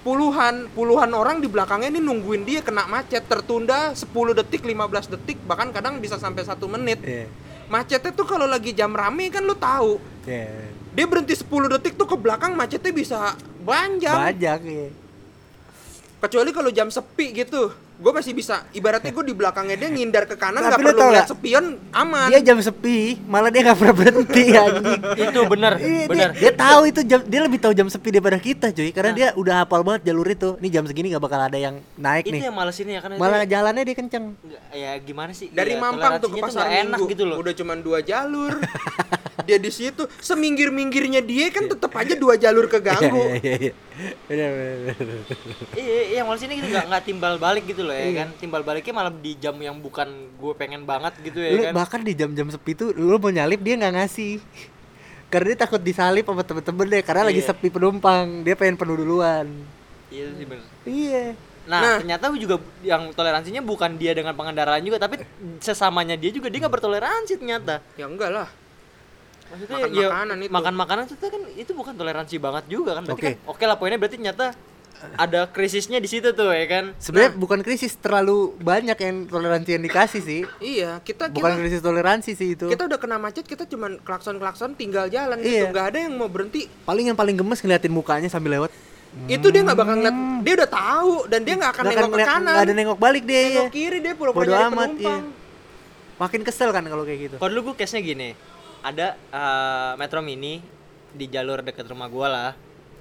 C: puluhan orang di belakangnya ini nungguin dia kena macet, tertunda 10 detik, 15 detik, bahkan kadang bisa sampai 1 menit.
D: Iya.
C: Macetnya tuh kalau lagi jam rame kan lu tahu.
D: Iya.
C: Dia berhenti 10 detik tuh ke belakang macetnya bisa panjang.
D: Bajak ya.
C: Kecuali kalau jam sepi gitu, gue masih bisa. Ibaratnya gue di belakangnya dia ngindar ke kanan,
D: Tapi
C: nggak
D: lu
C: perlu
D: tau
C: ngeliat
D: nggak?
C: spion, aman.
D: Dia jam sepi, malah dia nggak pernah berhenti anjing.
A: Itu bener,
D: Iya,
A: bener.
D: Dia tahu itu jam, dia lebih tahu jam sepi daripada kita, cuy. Karena dia udah hafal banget jalur itu. Nih jam segini nggak bakal ada yang naik
A: Itu
D: nih.
A: yang malesin ya kan.
D: Malah jalannya dia kenceng.
A: Ya gimana sih?
C: Dari
A: ya,
C: Mampang tuh ke
A: toleransinya
C: Pasar
A: nggak enak
C: Minggu
A: gitu loh.
C: udah cuman 2 jalur. Dia di situ seminggir-minggirnya dia kan tetap aja 2 jalur keganggu.
D: Iya. Bener.
A: Iya, yang malesinnya gitu nggak timbal balik gitu loh ya kan. Timbal baliknya malah di jam yang bukan gue pengen banget gitu ya
D: Lu
A: kan.
D: bahkan di jam-jam sepi tuh lu mau nyalip dia nggak ngasih. Karena dia takut disalip sama temen-temen deh. Karena lagi
A: Iya.
D: sepi penumpang, dia pengen penuh duluan.
A: Iya sih bener.
D: Iya.
A: Nah, ternyata juga yang toleransinya bukan dia dengan pengendaraan juga, tapi sesamanya dia juga dia nggak bertoleransi ternyata.
C: Ya enggak lah.
A: Maksudnya
C: Makan makanan itu.
A: makan makanan itu kan itu bukan toleransi banget juga kan. Berarti
D: Oke.
A: kan oke lah poinnya berarti ternyata ada krisisnya di situ tuh ya kan.
D: Sebenarnya bukan krisis, terlalu banyak yang toleransi yang dikasih sih.
C: Iya, kita
D: Bukan krisis toleransi sih itu.
C: kita udah kena macet, kita cuman klakson tinggal jalan
D: Iya.
C: gitu. Enggak ada yang mau berhenti.
D: Paling gemes ngeliatin mukanya sambil lewat.
C: Itu dia nggak bakal ngeliat, dia udah tahu dan dia nggak akan nengok ke kanan.
D: Nggak ada nengok balik dia.
C: Nengok
D: Iya.
C: kiri dia pura-pura
D: Bodo
C: nyari
D: amat,
C: penumpang.
D: Makin kesel kan kalau kayak gitu.
A: Kalau dulu gue case-nya gini. Ada Metro Mini di jalur dekat rumah gua lah.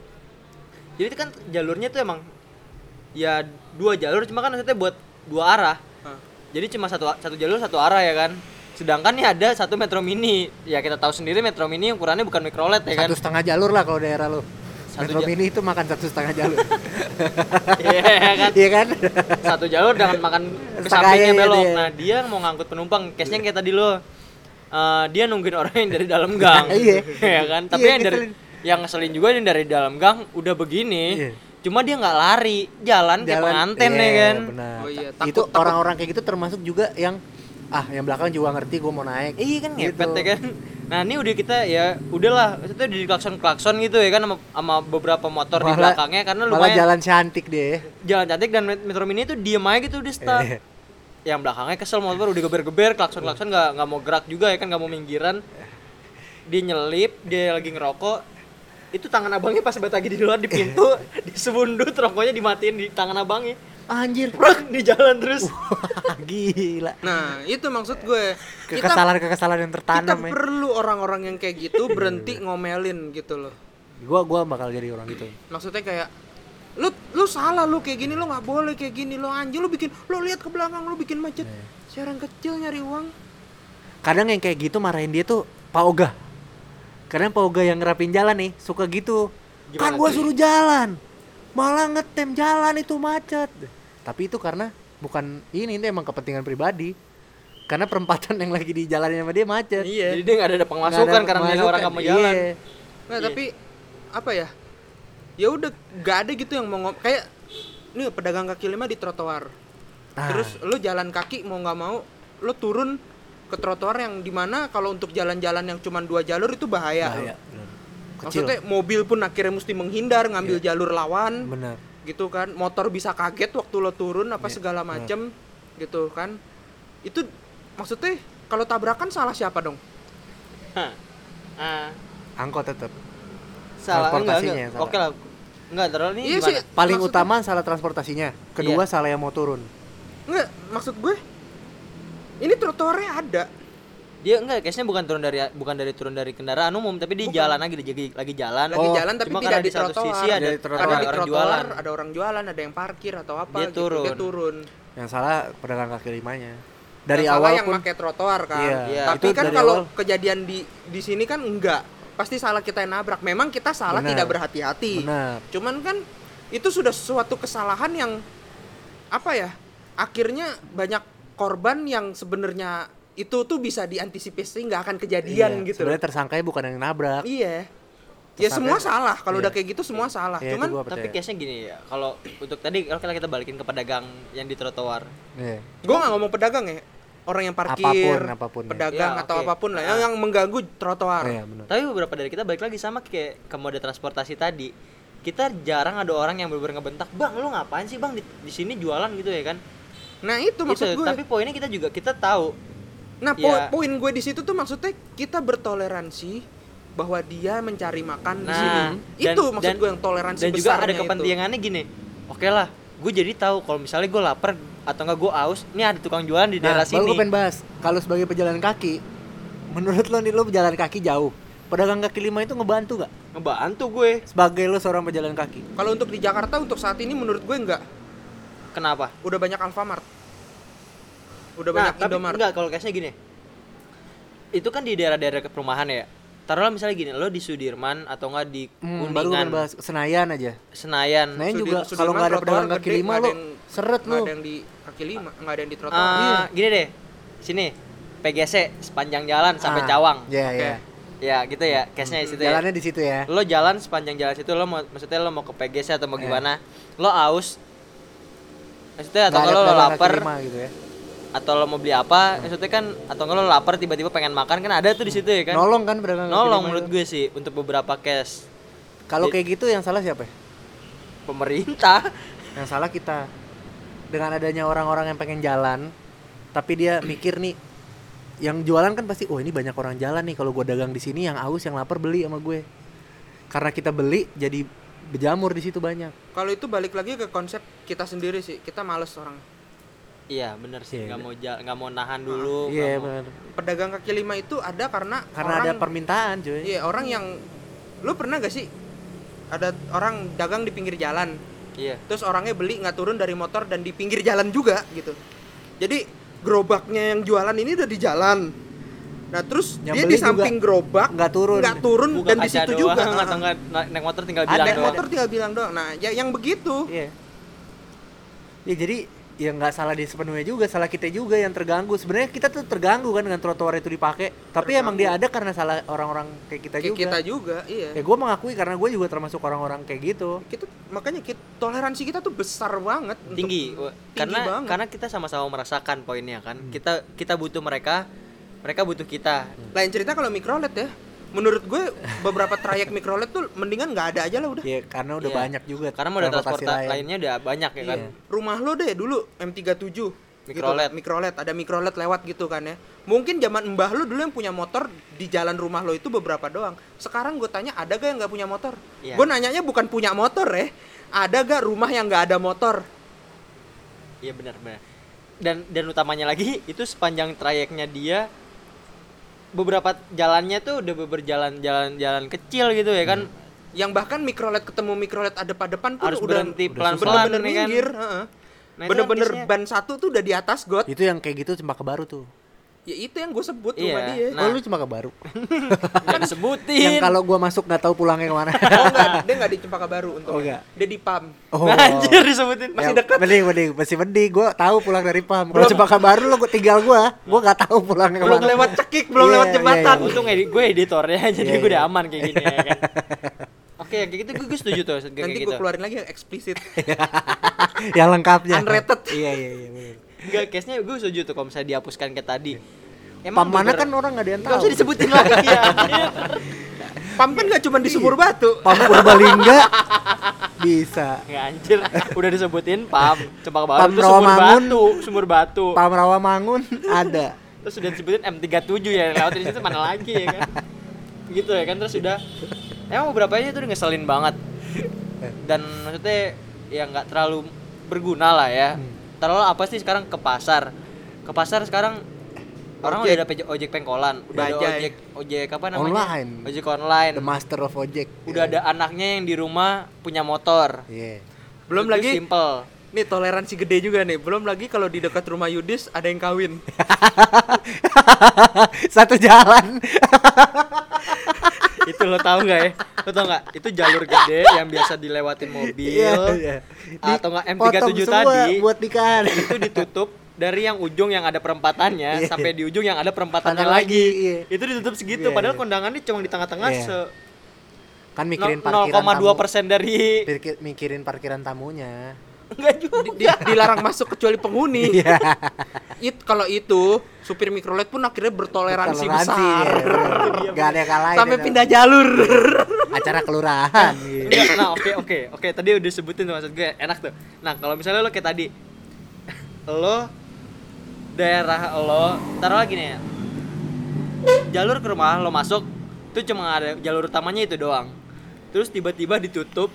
A: Jadi itu kan jalurnya tuh emang ya 2 jalur cuma kan maksudnya buat 2 arah. Jadi cuma satu jalur 1 arah ya kan. Sedangkan nih ada 1 Metro Mini. Ya kita tahu sendiri Metro Mini ukurannya bukan mikrolet ya kan.
D: 1,5 jalur lah kalau daerah lo. Metro Mini itu makan 1,5 jalur.
A: Iya kan.
D: Iya kan?
A: 1 jalur dengan makan ke
D: Setengahnya
A: sampingnya
D: ya
A: belok.
D: dia.
A: Nah, dia mau ngangkut penumpang. Case-nya kayak tadi lo. Dia nungguin orang yang dari dalam gang.
D: Iya.
A: Ya kan? Tapi
D: Iya,
A: yang dari
D: ngeselin.
A: yang ngeselin juga yang dari dalam gang udah begini.
D: Iya.
A: Cuma dia nggak lari, jalan kayak penganten ya kan.
D: Benar.
C: Oh iya,
D: Itu
C: takut.
D: orang-orang kayak gitu termasuk juga yang yang belakang juga ngerti gue mau naik.
A: Iya kan ngepet
D: Gitu.
A: ya kan. Nah ini udah kita ya udahlah, maksudnya di klakson gitu ya kan sama beberapa motor di belakangnya karena
D: malah
A: lumayan
D: jalan cantik dia.
A: jalan cantik dan Metro Mini itu diem aja gitu udah stuck. Yang belakangnya kesel motor udah geber-geber klakson nggak mau gerak juga ya kan, nggak mau minggiran. Dia nyelip, dia lagi ngerokok. Itu tangan abangnya pas lagi di luar di pintu, disebundut rokoknya dimatiin di tangan abangnya.
D: Anjir.
A: Brak, di jalan terus.
D: Gila.
C: Nah, itu maksud gue.
D: Kekesalan yang
C: Kita
D: tertanam ya.
C: perlu orang-orang yang kayak gitu berhenti ngomelin gitu loh.
D: Gua bakal jadi orang gitu.
C: Maksudnya kayak lu salah, lu kayak gini, lu nggak boleh kayak gini, lu anjing, lu lihat ke belakang, lu bikin macet. Si orang kecil nyari uang.
D: Kadang yang kayak gitu marahin dia tuh Pak Oga. Kadang Pak Oga yang ngerapin jalan nih suka gitu. Kan gua suruh jalan, malah ngetem jalan itu macet. Tapi itu karena bukan ini emang kepentingan pribadi. Karena perempatan yang lagi di jalannya sama dia macet.
C: Iya.
A: Jadi dia nggak ada pemasukan karena dia orang nggak mau jalan.
D: Iya.
C: Nah, tapi apa ya? Ya udah nggak ada gitu yang mau kayak nih pedagang kaki lima di trotoar.
D: Nah.
C: Terus lu jalan kaki mau nggak mau lu turun ke trotoar yang dimana kalau untuk jalan-jalan yang cuma 2 jalur itu bahaya.
D: Bahaya. Kecil.
C: Maksudnya mobil pun akhirnya mesti menghindar ngambil jalur lawan.
D: Bener.
C: Gitu kan, motor bisa kaget waktu lo turun apa segala macem gitu kan. Itu maksudnya kalau tabrakan salah siapa dong?
A: Hah.
D: Angkot tetap.
A: Salah
D: Transportasinya
A: enggak.
D: yang salah.
A: Oke lah. Enggak, terlalu ini
C: Iya
A: gimana?
C: sih.
D: Paling
C: Maksudnya-
D: utama salah transportasinya. Kedua
A: Iya.
D: salah yang mau turun.
C: Enggak, maksud gue ini trotoarnya ada.
A: Dia enggak, case-nya bukan turun dari kendaraan umum, tapi dia
C: Bukan.
A: jalan lagi jalan.
C: Lagi jalan tapi
A: Cuma
C: tidak
A: karena
C: di
A: di satu
C: trotoar.
A: sisi ada
D: Dari trotoar.
C: Karena di
A: orang
C: trotoar
A: jualan.
C: ada orang jualan, ada yang parkir atau apa
A: Dia
C: gitu. Dia turun.
D: Yang salah pedagang kaki limanya. Dari
C: Yang salah
D: awal
C: yang
D: pun
C: pakai trotoar kan.
D: Iya,
C: Tapi
D: itu
C: kan
D: dari
C: kalau
D: awal.
C: kejadian di sini kan enggak. Pasti salah kita yang nabrak. Memang kita salah
D: Benar.
C: tidak berhati-hati.
D: Benar.
C: Cuman kan itu sudah suatu kesalahan yang apa ya? Akhirnya banyak korban yang sebenarnya itu tuh bisa diantisipasi nggak akan kejadian gitu.
D: Sebenarnya tersangkanya bukan yang nabrak.
C: Iya. Ya
D: Tersangka-
C: semua salah. Kalau
D: Iya.
C: udah kayak gitu semua salah.
D: Iya, itu
C: Cuman
D: gua
A: Tapi
D: percaya.
A: case-nya gini ya, kalau untuk tadi kalau kita balikin ke pedagang yang di trotoar.
D: Iya.
C: gue nggak ngomong pedagang ya. Orang yang parkir,
D: Apapun ya.
C: pedagang
A: Ya,
C: atau
A: oke.
C: apapun lah yang mengganggu trotoar.
D: Iya, benar.
A: Tapi beberapa dari kita balik lagi sama kayak ke mode transportasi tadi. Kita jarang ada orang yang bener-bener ngebentak, "Bang, lu ngapain sih, Bang, di sini jualan gitu ya kan?"
C: Nah itu maksud
A: Itu,
C: gue.
A: tapi poinnya kita tahu.
C: Nah
A: ya.
C: poin gue di situ tuh maksudnya kita bertoleransi bahwa dia mencari makan di sini.
A: Nah,
C: Itu maksud gue yang toleransi
A: dan juga ada
C: besarnya itu.
A: kepentingannya gini. Oke lah, gue jadi tahu kalau misalnya gue lapar atau enggak gue aus, ini ada tukang jualan di daerah
D: Baru
A: sini.
D: gue pengen bahas. Kalau sebagai pejalan kaki, menurut lo nih, lo pejalan kaki jauh, pedagang kaki lima itu ngebantu gak?
A: Ngebantu gue.
D: Sebagai lo seorang pejalan kaki.
C: Kalau untuk di Jakarta untuk saat ini menurut gue enggak.
A: Kenapa?
C: Udah banyak Alfamart. Udah
A: Nah,
C: banyak
A: tapi
C: Indomaret.
A: enggak, kalau case-nya gini. Itu kan di daerah-daerah perumahan ya. Taruhlah misalnya gini, lo di Sudirman atau enggak di
D: Baru gue
A: Kuningan,
D: pengen bahas Senayan aja.
A: Senayan.
D: Senayan juga
C: Sudirman
D: kalau nggak ada
C: trotoar
D: pedagang kaki
C: gede,
D: lima
C: nggak
D: lo
C: ada yang-
D: seret
C: nggak
D: lo.
C: ada yang di kaki lima, nggak ada yang di trotoar.
A: Gini deh. Sini. PGC sepanjang jalan sampai
D: Ah,
A: Cawang.
D: Iya,
C: Oke.
D: iya.
A: Ya, gitu ya. Case-nya di situ ya.
D: Jalannya di situ ya.
A: Lo jalan sepanjang jalan situ, lo mau maksudnya lo mau ke PGC atau mau
D: Iya.
A: gimana? Lo aus. Maksudnya atau
D: Nggak ada
A: kalau lo
D: pedagang kaki
A: lapar
D: lima gitu ya.
A: atau lo mau beli apa, maksudnya kan atau kalau lo lapar tiba-tiba pengen makan kan ada tuh di situ ya kan.
D: Nolong kan pedagang kaki
A: Nolong
D: lima
A: menurut
D: itu.
A: gue sih untuk beberapa case.
D: Kalau kayak gitu yang salah siapa ya?
A: Pemerintah.
D: Yang salah kita. Dengan adanya orang-orang yang pengen jalan, tapi dia mikir nih, yang jualan kan pasti, oh ini banyak orang jalan nih, kalau gue dagang di sini yang aus, yang lapar beli sama gue. Karena kita beli, jadi berjamur di situ banyak.
C: Kalau itu balik lagi ke konsep kita sendiri sih. Kita males orang.
A: Iya, bener sih.
D: Iya.
A: Nggak mau nahan dulu.
D: Iya
A: nggak mau-
D: benar.
C: Pedagang kaki lima itu ada karena
D: Karena ada
C: orang,
D: permintaan cuy.
C: iya orang yang lu pernah gak sih ada orang dagang di pinggir jalan,
A: Iya.
C: terus orangnya beli nggak turun dari motor dan di pinggir jalan juga gitu. Jadi gerobaknya yang jualan ini udah di jalan. Nah terus
D: Yang
C: dia
D: beli
C: di samping gerobak
D: nggak turun.
A: Buka
C: dan di
A: kaca
C: situ
A: doang,
C: juga.
A: atau enggak naik motor tinggal
C: Ada
A: bilang
C: yang
A: doang.
C: motor tinggal bilang doang. Nah ya yang begitu.
D: Iya. Ya jadi ya nggak salah dia sepenuhnya juga, salah kita juga yang terganggu. Sebenarnya kita tuh terganggu kan dengan trotoar itu dipakai, tapi emang dia ada karena salah orang-orang kayak kita
C: Kayak
D: juga.
C: kita juga, iya.
D: Ya gue mengakui karena gue juga termasuk orang-orang kayak gitu.
C: Makanya toleransi kita tuh besar banget,
A: Tinggi. Karena kita sama-sama merasakan poinnya kan. Kita butuh mereka butuh kita.
C: Lain cerita kalau mikrolet ya. Menurut gue beberapa trayek mikrolet tuh mendingan nggak ada aja lah udah.
D: Iya, karena udah
A: Iya.
D: banyak juga.
A: Karena moda
D: transportasi
A: transportasi lainnya udah banyak ya kan.
D: Iya.
C: Rumah lo deh dulu M37
A: Mikrolet.
C: gitu, mikrolet, ada mikrolet lewat gitu kan ya. Mungkin zaman mbah lo dulu yang punya motor di jalan rumah lo itu beberapa doang. Sekarang gue tanya, ada gak yang nggak punya motor?
A: Iya.
C: Gue nanyanya bukan punya motor ya. Ada gak rumah yang nggak ada motor?
A: Iya benar. Dan utamanya lagi itu sepanjang trayeknya dia beberapa jalannya tuh udah jalan kecil gitu ya kan.
C: Yang bahkan mikrolet ketemu mikrolet depan pun
A: Harus
C: udah
A: berhenti
C: bener-bener
A: pelan-pelan nih kan.
C: minggir, heeh.
A: Nah, itu
C: Bener-bener
A: kan
C: ban satu tuh udah di atas got.
D: Itu yang kayak gitu Cempaka Baru tuh.
C: Ya itu yang gue sebut
A: Iya,
C: rumah dia.
A: nah.
D: Oh lu Cempaka Baru.
A: Nggak disebutin.
D: Yang kalau gua masuk nggak tahu pulangnya kemana.
C: Oh enggak, dia enggak di Cempaka Baru untuk.
D: Oh, enggak.
C: Dia di PAM.
D: Oh.
A: Anjir disebutin.
C: Masih
D: Ya,
C: dekat.
D: Mending, masih mending. Gue tahu pulang dari PAM. Kalau Cempaka Baru lo tinggal gue nggak tahu pulangnya
C: Belum
D: kemana.
C: lewat cekik,
D: Iya,
C: belum lewat
D: iya,
C: jembatan.
D: iya.
A: Untung gue editornya jadi
D: Iya,
A: gue udah
D: iya.
A: aman kayak gini ya kan. Oke, kayak gitu gue setuju tuh kayak
C: Nanti
A: gitu.
C: gue keluarin lagi yang eksplisit.
D: Yang lengkapnya.
C: Unrated.
D: Iya benar.
A: Enggak, case-nya gue setuju tuh kalau misalnya dihapuskan kayak tadi.
D: PAM mana kan orang nggak ada yang
A: Enggak
D: tahu.
A: usah disebutin lagi ya.
C: PAM kan nggak cuma di Sumur Batu.
D: PAM Purbalingga bisa.
A: Enggak anjir, udah disebutin PAM. Cempaka Baru
D: PAM
A: itu
D: Rawamangun.
A: Sumur Batu.
D: PAM Rawamangun ada.
A: Terus udah disebutin M37 ya, lewat di situ mana lagi ya kan. Gitu ya kan, terus udah emang beberapa aja tuh udah ngeselin banget. Dan maksudnya ya nggak terlalu berguna lah ya. Terlalu apa sih sekarang ke pasar? Ke pasar sekarang orang
C: Ojek.
A: udah ada ojek pengkolan, udah ada
C: Bajai.
A: ojek apa namanya?
D: Online.
A: Ojek online.
D: The Master of Ojek.
A: Udah ada anaknya yang di rumah punya motor.
D: Iya.
C: Belum
A: Itu
C: lagi
A: simple.
C: nih toleransi gede juga nih. Belum lagi kalau di dekat rumah Yudis ada yang kawin.
D: Satu jalan.
A: Itu lo tahu nggak ya? Lo tahu nggak? Itu jalur gede yang biasa dilewatin mobil.
D: Iya.
A: Atau nggak
D: Dipotong
A: M37
D: semua
A: tadi
D: buat nikahan.
A: itu ditutup dari yang ujung yang ada perempatannya
D: Iya.
A: sampai di ujung yang ada perempatannya
D: Perempatan
A: lagi.
D: lagi, iya.
A: Itu ditutup segitu.
D: Iya,
A: Padahal
D: iya.
A: kondangannya cuma di tengah-tengah
D: Iya. Kan mikirin parkiran
A: 0,2% dari
D: mikirin parkiran tamunya.
A: enggak juga.
C: Dilarang masuk kecuali penghuni.
D: Iya.
C: Kalau itu supir mikrolet pun akhirnya bertoleransi besar.
D: Ya, gak ada yang kalahin.
C: Sampai
D: ada.
C: pindah jalur.
D: Acara kelurahan. gitu.
A: Enggak, nah oke. Tadi udah sebutin tuh, maksud gue enak tuh. Nah, kalau misalnya lo kayak tadi lo daerah lo taruh lagi nih ya. Jalur ke rumah lo masuk tuh cuma ada jalur utamanya itu doang. Terus tiba-tiba ditutup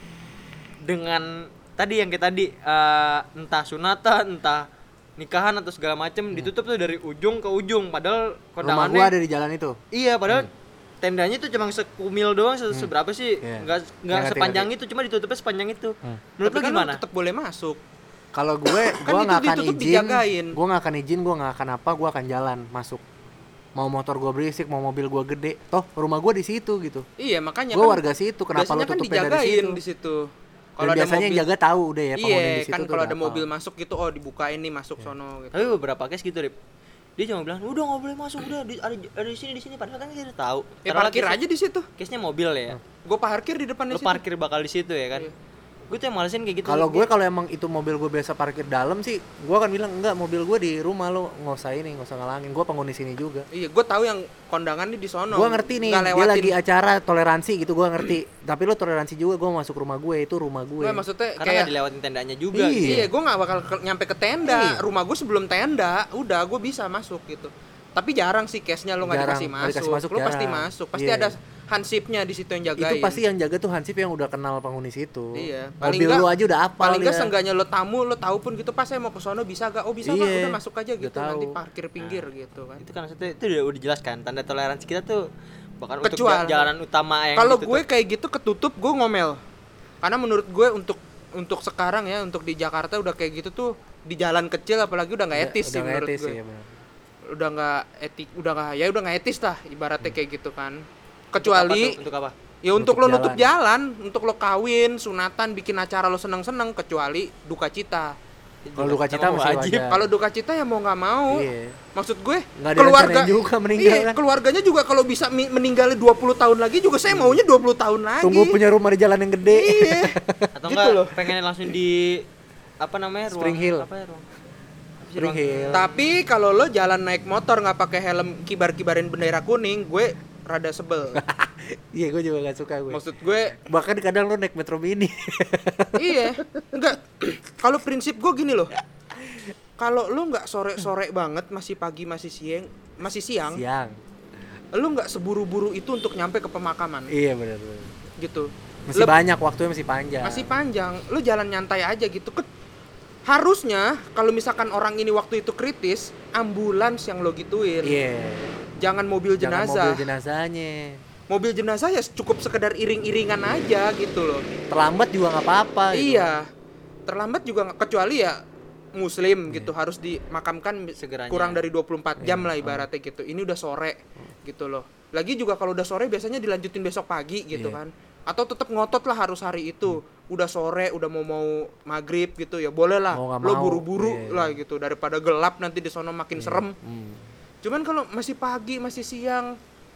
A: dengan tadi yang kayak tadi entah sunatan, entah nikahan atau segala macem ditutup tuh dari ujung ke ujung padahal
D: Rumah
A: kondangannya
D: gua ada di jalan itu.
A: iya padahal tendanya itu cuma sekumil doang seberapa sih
D: Iya.
A: nggak
D: Ngerti,
A: sepanjang itu cuma ditutupnya sepanjang itu menurut
C: Tapi
A: lo
C: kan
A: gimana
C: tetap boleh masuk.
D: Kalau gue
C: Kan itu
D: nggak akan
C: ditutup,
D: izin.
C: dijagain.
D: Gue nggak akan izin, gue nggak akan apa, gue akan jalan masuk. Mau motor gue berisik, mau mobil gue gede, toh rumah gue di situ gitu.
C: Iya, makanya
D: Gue
C: kan
D: warga situ, kenapa lo
C: biasanya kan
D: tutupnya dari
C: dijagain
D: situ?
C: di situ.
D: Dan biasanya yang jaga tahu udah ya penghuni di
C: Iya,
D: situ
C: kan
D: tuh
C: kalau
D: udah
C: ada
D: hafal.
C: mobil masuk gitu, oh dibukain nih masuk sono gitu.
A: tapi beberapa case gitu Rip dia cuma bilang udah nggak boleh masuk udah ada di sini padahal kan kita tahu
C: Parkir aja di situ.
A: case nya mobil ya
C: Gue parkir di depan
A: lo
C: di situ.
A: parkir bakal di situ ya kan
C: Iya.
A: gue tuh yang malesin kayak gitu
D: Kalau gue kalau emang itu mobil gue biasa parkir dalam sih, gue akan bilang enggak, mobil gue di rumah lo, nggak usah ngalangin. Gue penghuni sini juga.
C: Iya, gue tahu yang kondangan nih di sono.
D: Gue ngerti nih,
C: Nggak
D: dia
C: lewatin.
D: lagi acara toleransi gitu, gue ngerti. Tapi lo toleransi juga, gue masuk rumah gue, itu rumah gue.
C: Gue maksudnya
A: karena
C: kayak
A: nggak dilewatin tendanya juga
D: Iya.
A: gitu.
C: iya, gue nggak bakal nyampe ke tenda.
D: Iya.
C: Rumah gue sebelum tenda, udah gue bisa masuk gitu. Tapi jarang sih case-nya lo nggak
D: Jarang,
C: dikasih
D: nggak dikasih
C: masuk.
D: masuk,
C: Lo pasti
D: jarang.
C: masuk. Pasti
D: Iya.
C: ada hansipnya di situ yang jagain.
D: Itu pasti yang jaga tuh Hansip yang udah kenal penghuni situ.
C: Iya.
D: Mobil lu aja udah apal
C: Paling nggak
D: dia.
C: seenggaknya lo tamu, lo tahu pun gitu, pas saya mau ke sono bisa gak? Oh bisa Bang,
D: Iya,
C: udah masuk aja
D: udah
C: gitu.
D: tahu.
C: Nanti parkir pinggir gitu kan.
A: Itu kan maksudnya itu udah jelas kan tanda toleransi kita tuh bahkan untuk
C: Kecuali-
A: jalanan utama yang
C: Kalau
A: ditutup.
C: gue kayak gitu ketutup, gue ngomel. Karena menurut gue untuk sekarang ya, untuk di Jakarta udah kayak gitu tuh di jalan kecil apalagi udah nggak etis sih
D: udah nggak
C: menurut
D: etis
C: gue.
D: sih, ya benar.
C: Udah nggak etis lah ibaratnya kayak gitu kan. Kecuali
A: untuk apa?
C: ya untuk
D: Nutup
C: lo nutup jalan, untuk lo kawin, sunatan, bikin acara lo seneng-seneng, kecuali duka cita.
D: Kalau duka cita
A: Sama
D: masih
A: wajib.
D: wajar.
C: Kalau duka cita ya mau nggak mau.
D: Iya.
C: Maksud gue
D: Nggak
C: keluarga
D: direncanain juga meninggal
C: iya,
D: kan.
C: keluarganya juga kalau bisa meninggal 20 tahun lagi juga saya maunya 20 tahun lagi.
D: Tunggu punya rumah di jalan yang gede.
C: Iya.
A: Atau
C: Gitu
A: enggak
C: loh.
A: pengen langsung di apa namanya ruang
D: Spring Hill.
A: apa ya ruang
D: Spring Hill.
C: Tapi kalau lo jalan naik motor nggak pakai helm kibar-kibarin bendera kuning, gue rada sebel.
D: Iya, gue juga gak suka gue.
C: Maksud gue
D: Bahkan kadang lo naik Metro Mini.
C: iya, enggak. Kalau prinsip gue gini loh. Kalau lo nggak sore-sore banget, masih pagi, masih siang,
D: Siang.
C: lo nggak seburu-buru itu untuk nyampe ke pemakaman,
D: Iya benar.
C: gitu.
D: Masih banyak waktunya, masih panjang.
C: Masih panjang. Lo jalan nyantai aja gitu. Harusnya kalau misalkan orang ini waktu itu kritis, ambulans yang lo gituin.
D: Iya.
C: Jangan mobil
D: Jangan
C: jenazah.
D: mobil jenazahnya.
C: Mobil jenazah ya cukup sekedar iring-iringan aja gitu loh.
D: Terlambat juga nggak apa-apa. Gitu.
C: Iya. Terlambat juga kecuali ya muslim gitu harus dimakamkan
A: Segeranya.
C: kurang dari 24 jam lah ibaratnya gitu. Ini udah sore gitu loh. Lagi juga kalau udah sore biasanya dilanjutin besok pagi gitu
D: Iya.
C: kan. Atau tetap ngotot lah harus hari itu. Udah sore, udah mau maghrib gitu ya. Boleh lah.
D: Mau nggak
C: Lo
D: mau.
C: buru-buru
D: Iya.
C: lah gitu daripada gelap nanti di sono makin serem. Cuman kalau masih pagi, masih siang,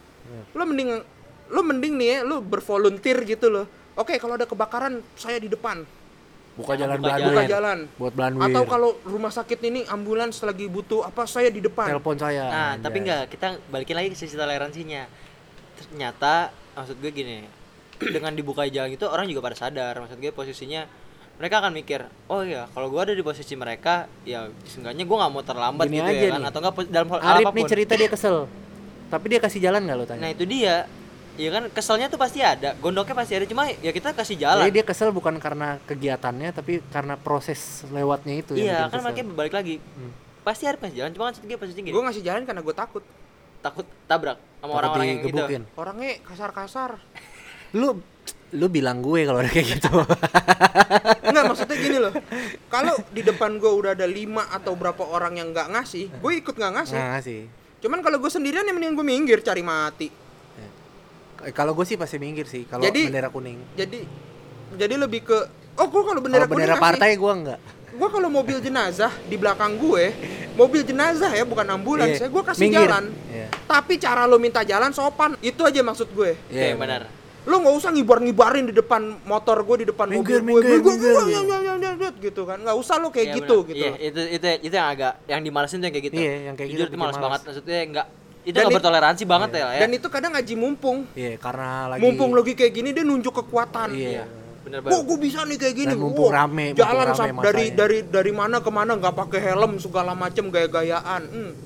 C: lo mending nih ya, lo bervolunteer gitu loh. Oke, kalau ada kebakaran, saya di depan.
D: Buka jalan
A: Buka
D: Blanwir.
C: Buka jalan.
D: Buat Blanwir.
C: Atau kalau rumah sakit ini ambulans lagi butuh apa, saya di depan.
D: telepon saya.
A: Nah,
D: Anjay.
A: tapi enggak, kita balikin lagi ke sisi toleransinya. Ternyata maksud gue gini, dengan dibuka jalan gitu orang juga pada sadar. Maksud gue posisinya mereka akan mikir, oh iya, kalau gue ada di posisi mereka, ya seenggaknya gue nggak mau terlambat
D: Gini
A: gitu
D: aja
A: ya kan,
D: nih.
A: atau enggak dalam hal
D: Arif
A: apapun.
D: nih cerita dia kesel. Tapi dia kasih jalan nggak lo tanya?
A: Nah itu dia, ya kan keselnya tuh pasti ada, gondoknya pasti ada, cuma ya kita kasih jalan.
D: Jadi dia kesel bukan karena kegiatannya, tapi karena proses lewatnya itu. yang
A: Iya
D: bikin
A: kan
D: kesel.
A: makanya balik lagi, pasti ada kasih jalan, cuma kan dia posisinya gini,
C: Gue ngasih jalan karena gue takut.
A: takut tabrak sama
D: Takut
A: orang-orang yang gitu.
D: digebukin.
C: Orangnya kasar-kasar.
D: Lu bilang gue kalau ada kayak gitu.
C: Enggak, maksudnya gini loh. Kalau di depan gue udah ada 5 atau berapa orang yang nggak ngasih, gue ikut nggak ngasih.
D: Nah, sih.
C: Cuman kalau gue sendirian ya mending gue minggir cari mati.
D: Kalau gue sih pasti minggir sih kalau
C: Jadi-
D: bendera kuning.
C: Jadi lebih ke gue kalau bendera
D: Kalau
C: kuning
D: bendera
C: ngasih.
D: partai gue enggak.
C: Gue kalau mobil jenazah di belakang gue, mobil jenazah ya bukan ambulans
D: Iya.
C: ya, gue kasih
D: Minggir.
C: jalan.
D: Iya.
C: Tapi cara lo minta jalan sopan, itu aja maksud gue.
A: Oke
D: Iya,
A: benar.
C: Lo nggak usah ngibarin di depan motor gue, di depan
D: Minggir,
C: mobil gue,
D: minggir.
C: gitu kan. Nggak usah lo kayak
A: Iya,
C: gitu
A: benar.
C: gitu.
A: Iya, itu yang agak yang dimalesin tuh yang kayak gitu.
D: Iya, yang kayak
A: Jujur
D: gitu
A: itu
D: bikin
A: malas
D: malas.
A: banget, maksudnya enggak itu
C: Dan
A: enggak
C: it-
A: bertoleransi banget ya, ya.
C: Dan itu kadang ngaji mumpung.
D: Iya, karena lagi
C: Mumpung lagi kayak gini dia nunjuk kekuatan.
D: Iya.
A: Bener banget.
C: Gue bisa nih kayak gini.
D: Dan mumpung
C: Wah,
D: rame,
C: jalan
D: mumpung rame
C: dari
D: masanya.
C: dari mana ke mana nggak pakai helm segala macem gaya-gayaan.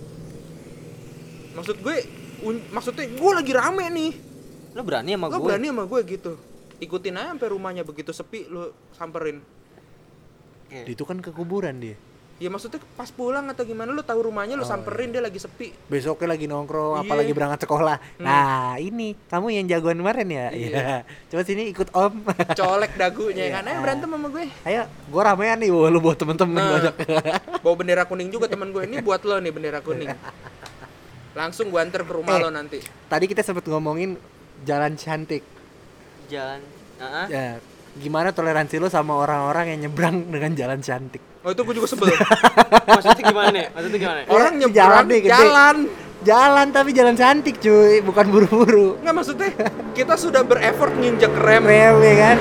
C: Maksudnya gue lagi rame nih.
A: Lu berani sama
C: Lo
A: gue?
C: berani sama gue gitu. Ikutin aja sampai rumahnya, begitu sepi lo samperin.
A: Oke.
D: itu kan ke kuburan dia.
C: Ya maksudnya pas pulang atau gimana lo tahu rumahnya lo samperin dia lagi sepi.
D: Besoknya lagi nongkrong,
C: Iya.
D: apalagi berangkat sekolah. Nah, ini kamu yang jagoan kemarin ya? Iya. Coba sini ikut Om.
C: Colek dagunya
D: Iya.
C: kan. Ayo berantem sama gue.
D: Ayo, gua ramean nih, lu buat temen-temen
C: Nah.
D: banyak.
C: Bawa bendera kuning juga teman gue. Ini buat lo nih bendera kuning. Langsung gue anter ke rumah
D: Eh.
C: lo nanti.
D: Tadi kita sempat ngomongin jalan cantik.
A: Jalan. Heeh.
D: Ya, gimana toleransi lo sama orang-orang yang nyebrang dengan jalan cantik?
C: Oh itu gue juga sebel.
A: Maksudnya gimana nih? Maksudnya gimana?
C: Orang
D: Jalan
C: nyebrang
D: nih, gede.
C: jalan.
D: Jalan tapi jalan cantik cuy, bukan buru-buru.
C: Nggak, maksudnya kita sudah bereffort nginjek rem.
D: Rem ya kan?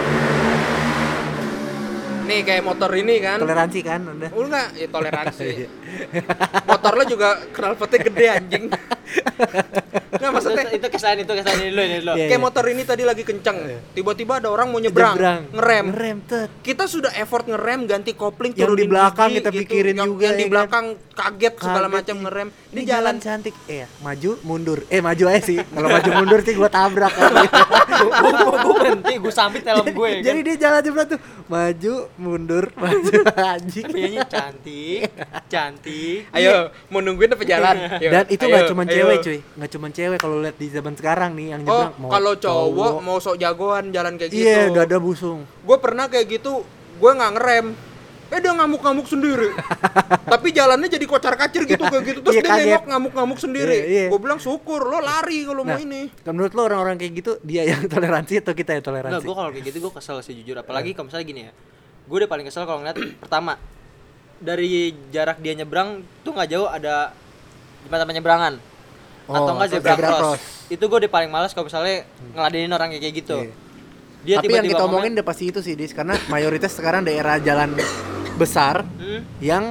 C: Nih kayak motor ini kan.
D: Toleransi kan udah.
C: Enggak, ya toleransi. Motor lo juga knalpotnya gede anjing. Nggak, maksudnya
A: itu kesan ini lo.
D: Iya.
C: kayak motor ini tadi lagi kenceng. Tiba-tiba ada orang mau nyebrang. Ngerem.
D: tet.
C: Kita sudah effort ngerem, ganti kopling,
D: Yang
C: turunin
D: di belakang
C: gigi,
D: kita pikirin
C: yang,
D: juga,
C: yang di
D: ya kan?
C: belakang kaget segala
D: Kaget,
C: macam
D: iya.
C: ngerem.
D: Ini jalan cantik. Maju mundur. Maju aja sih. Kalau maju mundur sih gua tabrak.
A: Gue berhenti, gue sambit helm gue.
D: Jadi dia jalan jebret tuh. Maju, mundur, maju anjing.
A: Kayaknya cantik.
C: Ayo, mau nungguin apa jalan? Yuk,
D: Dan itu
C: ayo,
D: nggak cuma
C: ayo.
D: cewek cuy, nggak cuma cewek kalau lihat di zaman sekarang nih yang
C: Oh,
D: nyebrang. mau
C: kalau cowok mau sok jagoan jalan kayak gitu.
D: Iya, dada busung.
C: Gue pernah kayak gitu, gue nggak ngerem. Dia ngamuk-ngamuk sendiri. Tapi jalannya jadi kocar-kacir gitu kayak gitu. Terus
D: Iya,
C: dia
D: kaget.
C: nengok ngamuk-ngamuk sendiri.
D: Iya, iya.
C: Gue bilang syukur, lo lari kalau mau
D: Nah,
C: ini.
D: menurut lo orang-orang kayak gitu dia yang toleransi atau kita yang
A: Enggak,
D: toleransi?
A: gue kalau kayak gitu gue kesel sih jujur. Apalagi kalau misalnya gini ya, gue udah paling kesel kalau ngeliat pertama dari jarak dia nyebrang tuh nggak jauh ada jembatan penyeberangan atau enggak zebra cross. Itu gue udah paling malas kalau misalnya ngeladenin orang kayak gitu.
D: Iya.
A: Dia
D: Tapi yang
A: tiba-tiba
D: kita omongin udah pasti itu sih, Dis, karena mayoritas sekarang daerah jalan besar yang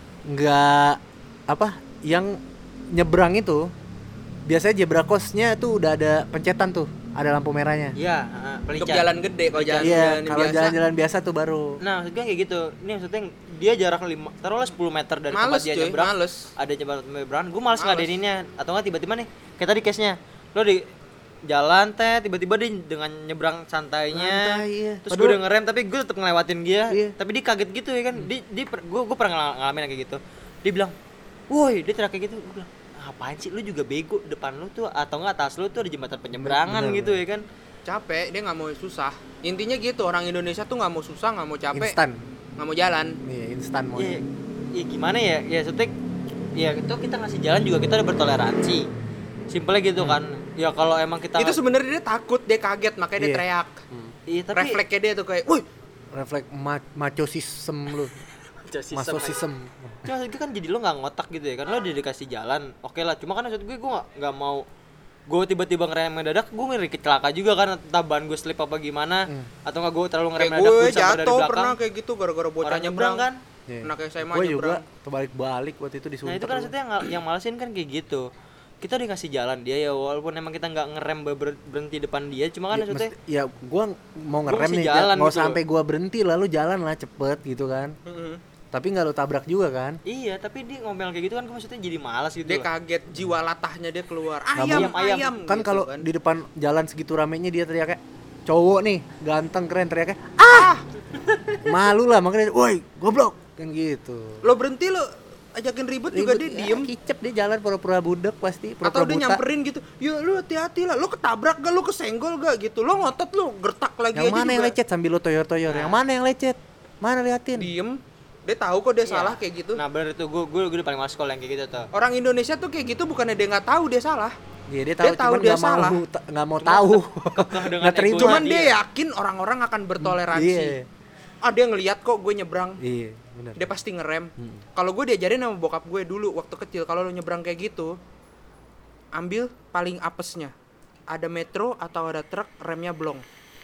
D: enggak yang nyebrang itu biasanya zebra cross-nya tuh udah ada pencetan tuh, ada lampu merahnya.
A: Iya,
C: Untuk
A: pelicin.
C: jalan gede, kalau jalan
D: Iya,
C: biasa.
D: kalau jalan-jalan biasa tuh baru.
A: Nah, maksud gue kayak gitu. Ini maksudnya dia jarak 5, taruhlah 10 meter dari tempat
C: Males
A: dia
C: cuy,
A: nyebrang.
C: males.
A: Ada jembatan penyeberangan. Gue males
C: Males.
A: ngeladeninnya. Atau enggak tiba-tiba nih, kayak tadi case-nya. Lo di jalan tiba-tiba dia dengan nyebrang santainya.
D: Santai, iya.
A: Terus gue udah ngerem tapi gue tetap ngelewatin dia.
D: Iya.
A: Tapi dia kaget gitu ya kan. Gue pernah ngalamin kayak gitu. Dia bilang, "Woi," dia teriak kayak gitu. Gue bilang, "Ngapain sih lu juga bego, depan lu tuh atau enggak atas lu tuh ada jembatan penyeberangan
D: Bener,
A: gitu ya kan."
C: Capek, dia nggak mau susah. Intinya gitu, orang Indonesia tuh nggak mau susah, nggak mau capek,
D: Instan.
C: nggak mau jalan.
D: Iya, instan mau.
A: Iya, iya gimana ya? Ya setik ya itu kita ngasih jalan juga kita udah bertoleransi. Simpelnya gitu kan. Ya kalau emang kita
C: Itu sebenarnya dia takut, dia kaget, makanya dia
D: Iya.
C: teriak.
A: iya tapi
C: Refleksnya dia tuh kayak, "Woi,
D: Refleks macosism lu. Masosism.
A: Cuma maksud gue kan jadi lo nggak ngotak gitu ya kan, lo udah dikasih jalan, oke lah. Cuma kan maksud gue nggak mau gue tiba-tiba ngerem mendadak, gue ngeri kecelakaan juga kan, entah ban gue slip apa gimana, atau nggak gue terlalu ngerem
C: kayak
A: mendadak
C: gue
A: gue sampai dari
C: jatuh
A: belakang.
C: pernah kayak gitu gara-gara bocah
A: Orang nyebrang kan.
D: Iya.
C: Anak SMA
D: Gue
C: nyebrang.
D: juga terbalik-balik waktu itu di
A: Nah
D: Sunter.
A: itu kan maksudnya yang malesin kan kayak gitu. Kita udah ngasih jalan dia ya, walaupun emang kita nggak ngerem berhenti depan dia, cuma kan maksudnya
D: ya gua mau ngerem
A: masih
D: nih,
A: jalan
D: mau
A: gitu
D: sampai gua berhenti lalu jalan lah cepet gitu kan. Tapi nggak lo tabrak juga kan?
A: iya, tapi dia ngomel kayak gitu kan gue maksudnya jadi malas gitu.
C: Dia
A: loh.
C: kaget, jiwa latahnya dia keluar.
A: Ayam.
C: Ayam.
D: Kan
C: gitu
D: kalau
C: kan.
D: di depan jalan segitu ramenya dia teriaknya cowok nih, ganteng keren teriaknya, "Ah!" Malu lah makanya, "Woi, goblok." Kan gitu.
C: Lo berhenti lo ajakin ribut juga dia
D: Ribut,
C: diem.
D: kicep dia jalan pura-pura budek pasti,
C: Atau
D: pura-pura
C: dia
D: buta.
C: nyamperin gitu, "Ya lu hati-hati lah, lu ketabrak gak, lu kesenggol gak gitu. Lo ngotot lu gertak lagi
D: Yang
C: aja
D: mana yang
C: juga."
D: lecet sambil lo toyor-toyor? Yang mana yang lecet? Mana liatin?
C: Diem. Dia tahu kok dia
A: Iya.
C: salah kayak gitu.
A: Nah bener itu gue paling males kalau yang kayak gitu tuh.
C: Orang Indonesia tuh kayak gitu bukannya dia nggak tahu dia salah.
D: Iya, dia
C: Dia
D: tahu
C: tahu
D: cuman
C: dia
D: nggak mau
C: salah.
D: nggak mau tahu.
A: dengan
D: Nggak terima.
A: egonya
C: Cuman
A: dia.
C: dia yakin orang-orang akan bertoleransi.
D: Iya.
C: Ah dia ngelihat kok gue nyebrang.
D: Iya, benar.
C: Dia pasti ngerem. Kalau gue diajarin sama bokap gue dulu waktu kecil, kalau lo nyebrang kayak gitu, ambil paling apesnya. Ada metro atau ada truk remnya blong.